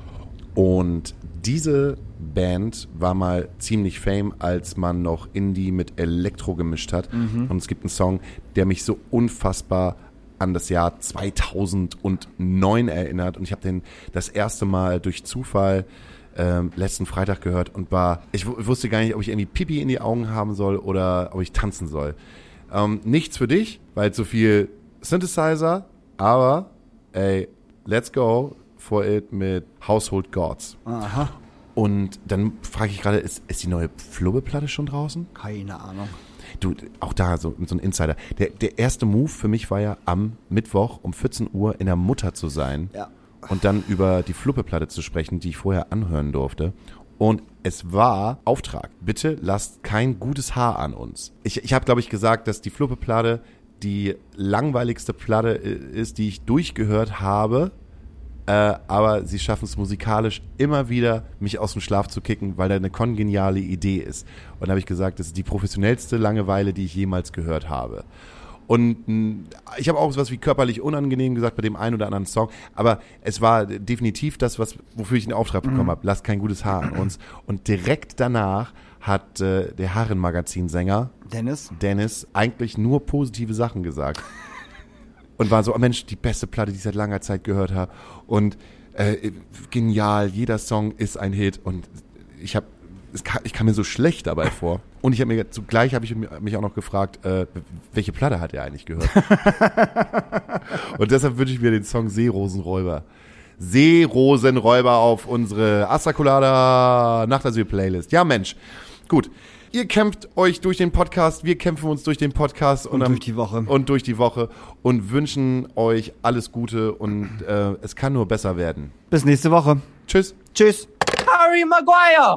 Und diese Band war mal ziemlich fame, als man noch Indie mit Elektro gemischt hat. Mhm. Und es gibt einen Song, der mich so unfassbar an das Jahr zweitausendneun erinnert. Und ich habe den das erste Mal durch Zufall ähm, letzten Freitag gehört und war, ich w- wusste gar nicht, ob ich irgendwie Pipi in die Augen haben soll oder ob ich tanzen soll. Ähm, nichts für dich, weil zu viel Synthesizer, aber ey, let's go for it mit Household Gods. Aha. Und dann frage ich gerade, ist, ist die neue Flubbe-Platte schon draußen? Keine Ahnung. Du, auch da so, so ein Insider. Der, der erste Move für mich war ja am Mittwoch um vierzehn Uhr in der Mutter zu sein Ja. und dann über die Fluppe-Platte zu sprechen, die ich vorher anhören durfte. Und es war Auftrag. Bitte lasst kein gutes Haar an uns. Ich, ich habe, glaube ich, gesagt, dass die Fluppe-Platte die langweiligste Platte ist, die ich durchgehört habe. Äh, aber sie schaffen es musikalisch immer wieder, mich aus dem Schlaf zu kicken, weil da eine kongeniale Idee ist. Und da habe ich gesagt, das ist die professionellste Langeweile, die ich jemals gehört habe. Und mh, ich habe auch sowas wie körperlich unangenehm gesagt bei dem einen oder anderen Song, aber es war definitiv das, was, wofür ich den Auftrag bekommen Mhm. habe. Lasst kein gutes Haar an uns. Und direkt danach hat äh, der Herren-Magazin-Sänger Dennis? Dennis eigentlich nur positive Sachen gesagt. Und war so, oh Mensch, die beste Platte, die ich seit langer Zeit gehört habe. Und äh, genial, jeder Song ist ein Hit. Und ich habe, ich kam mir so schlecht dabei vor. Und ich habe mir zugleich habe ich mich auch noch gefragt, äh, welche Platte hat er eigentlich gehört? Und deshalb wünsche ich mir den Song Seerosenräuber. Seerosenräuber auf unsere Astra Colada Nachtasyl-Playlist. Ja, Mensch. Gut. Ihr kämpft euch durch den Podcast, wir kämpfen uns durch den Podcast. Und, und am, durch die Woche. Und durch die Woche. Und wünschen euch alles Gute und äh, es kann nur besser werden. Bis nächste Woche. Tschüss. Tschüss. Harry Maguire!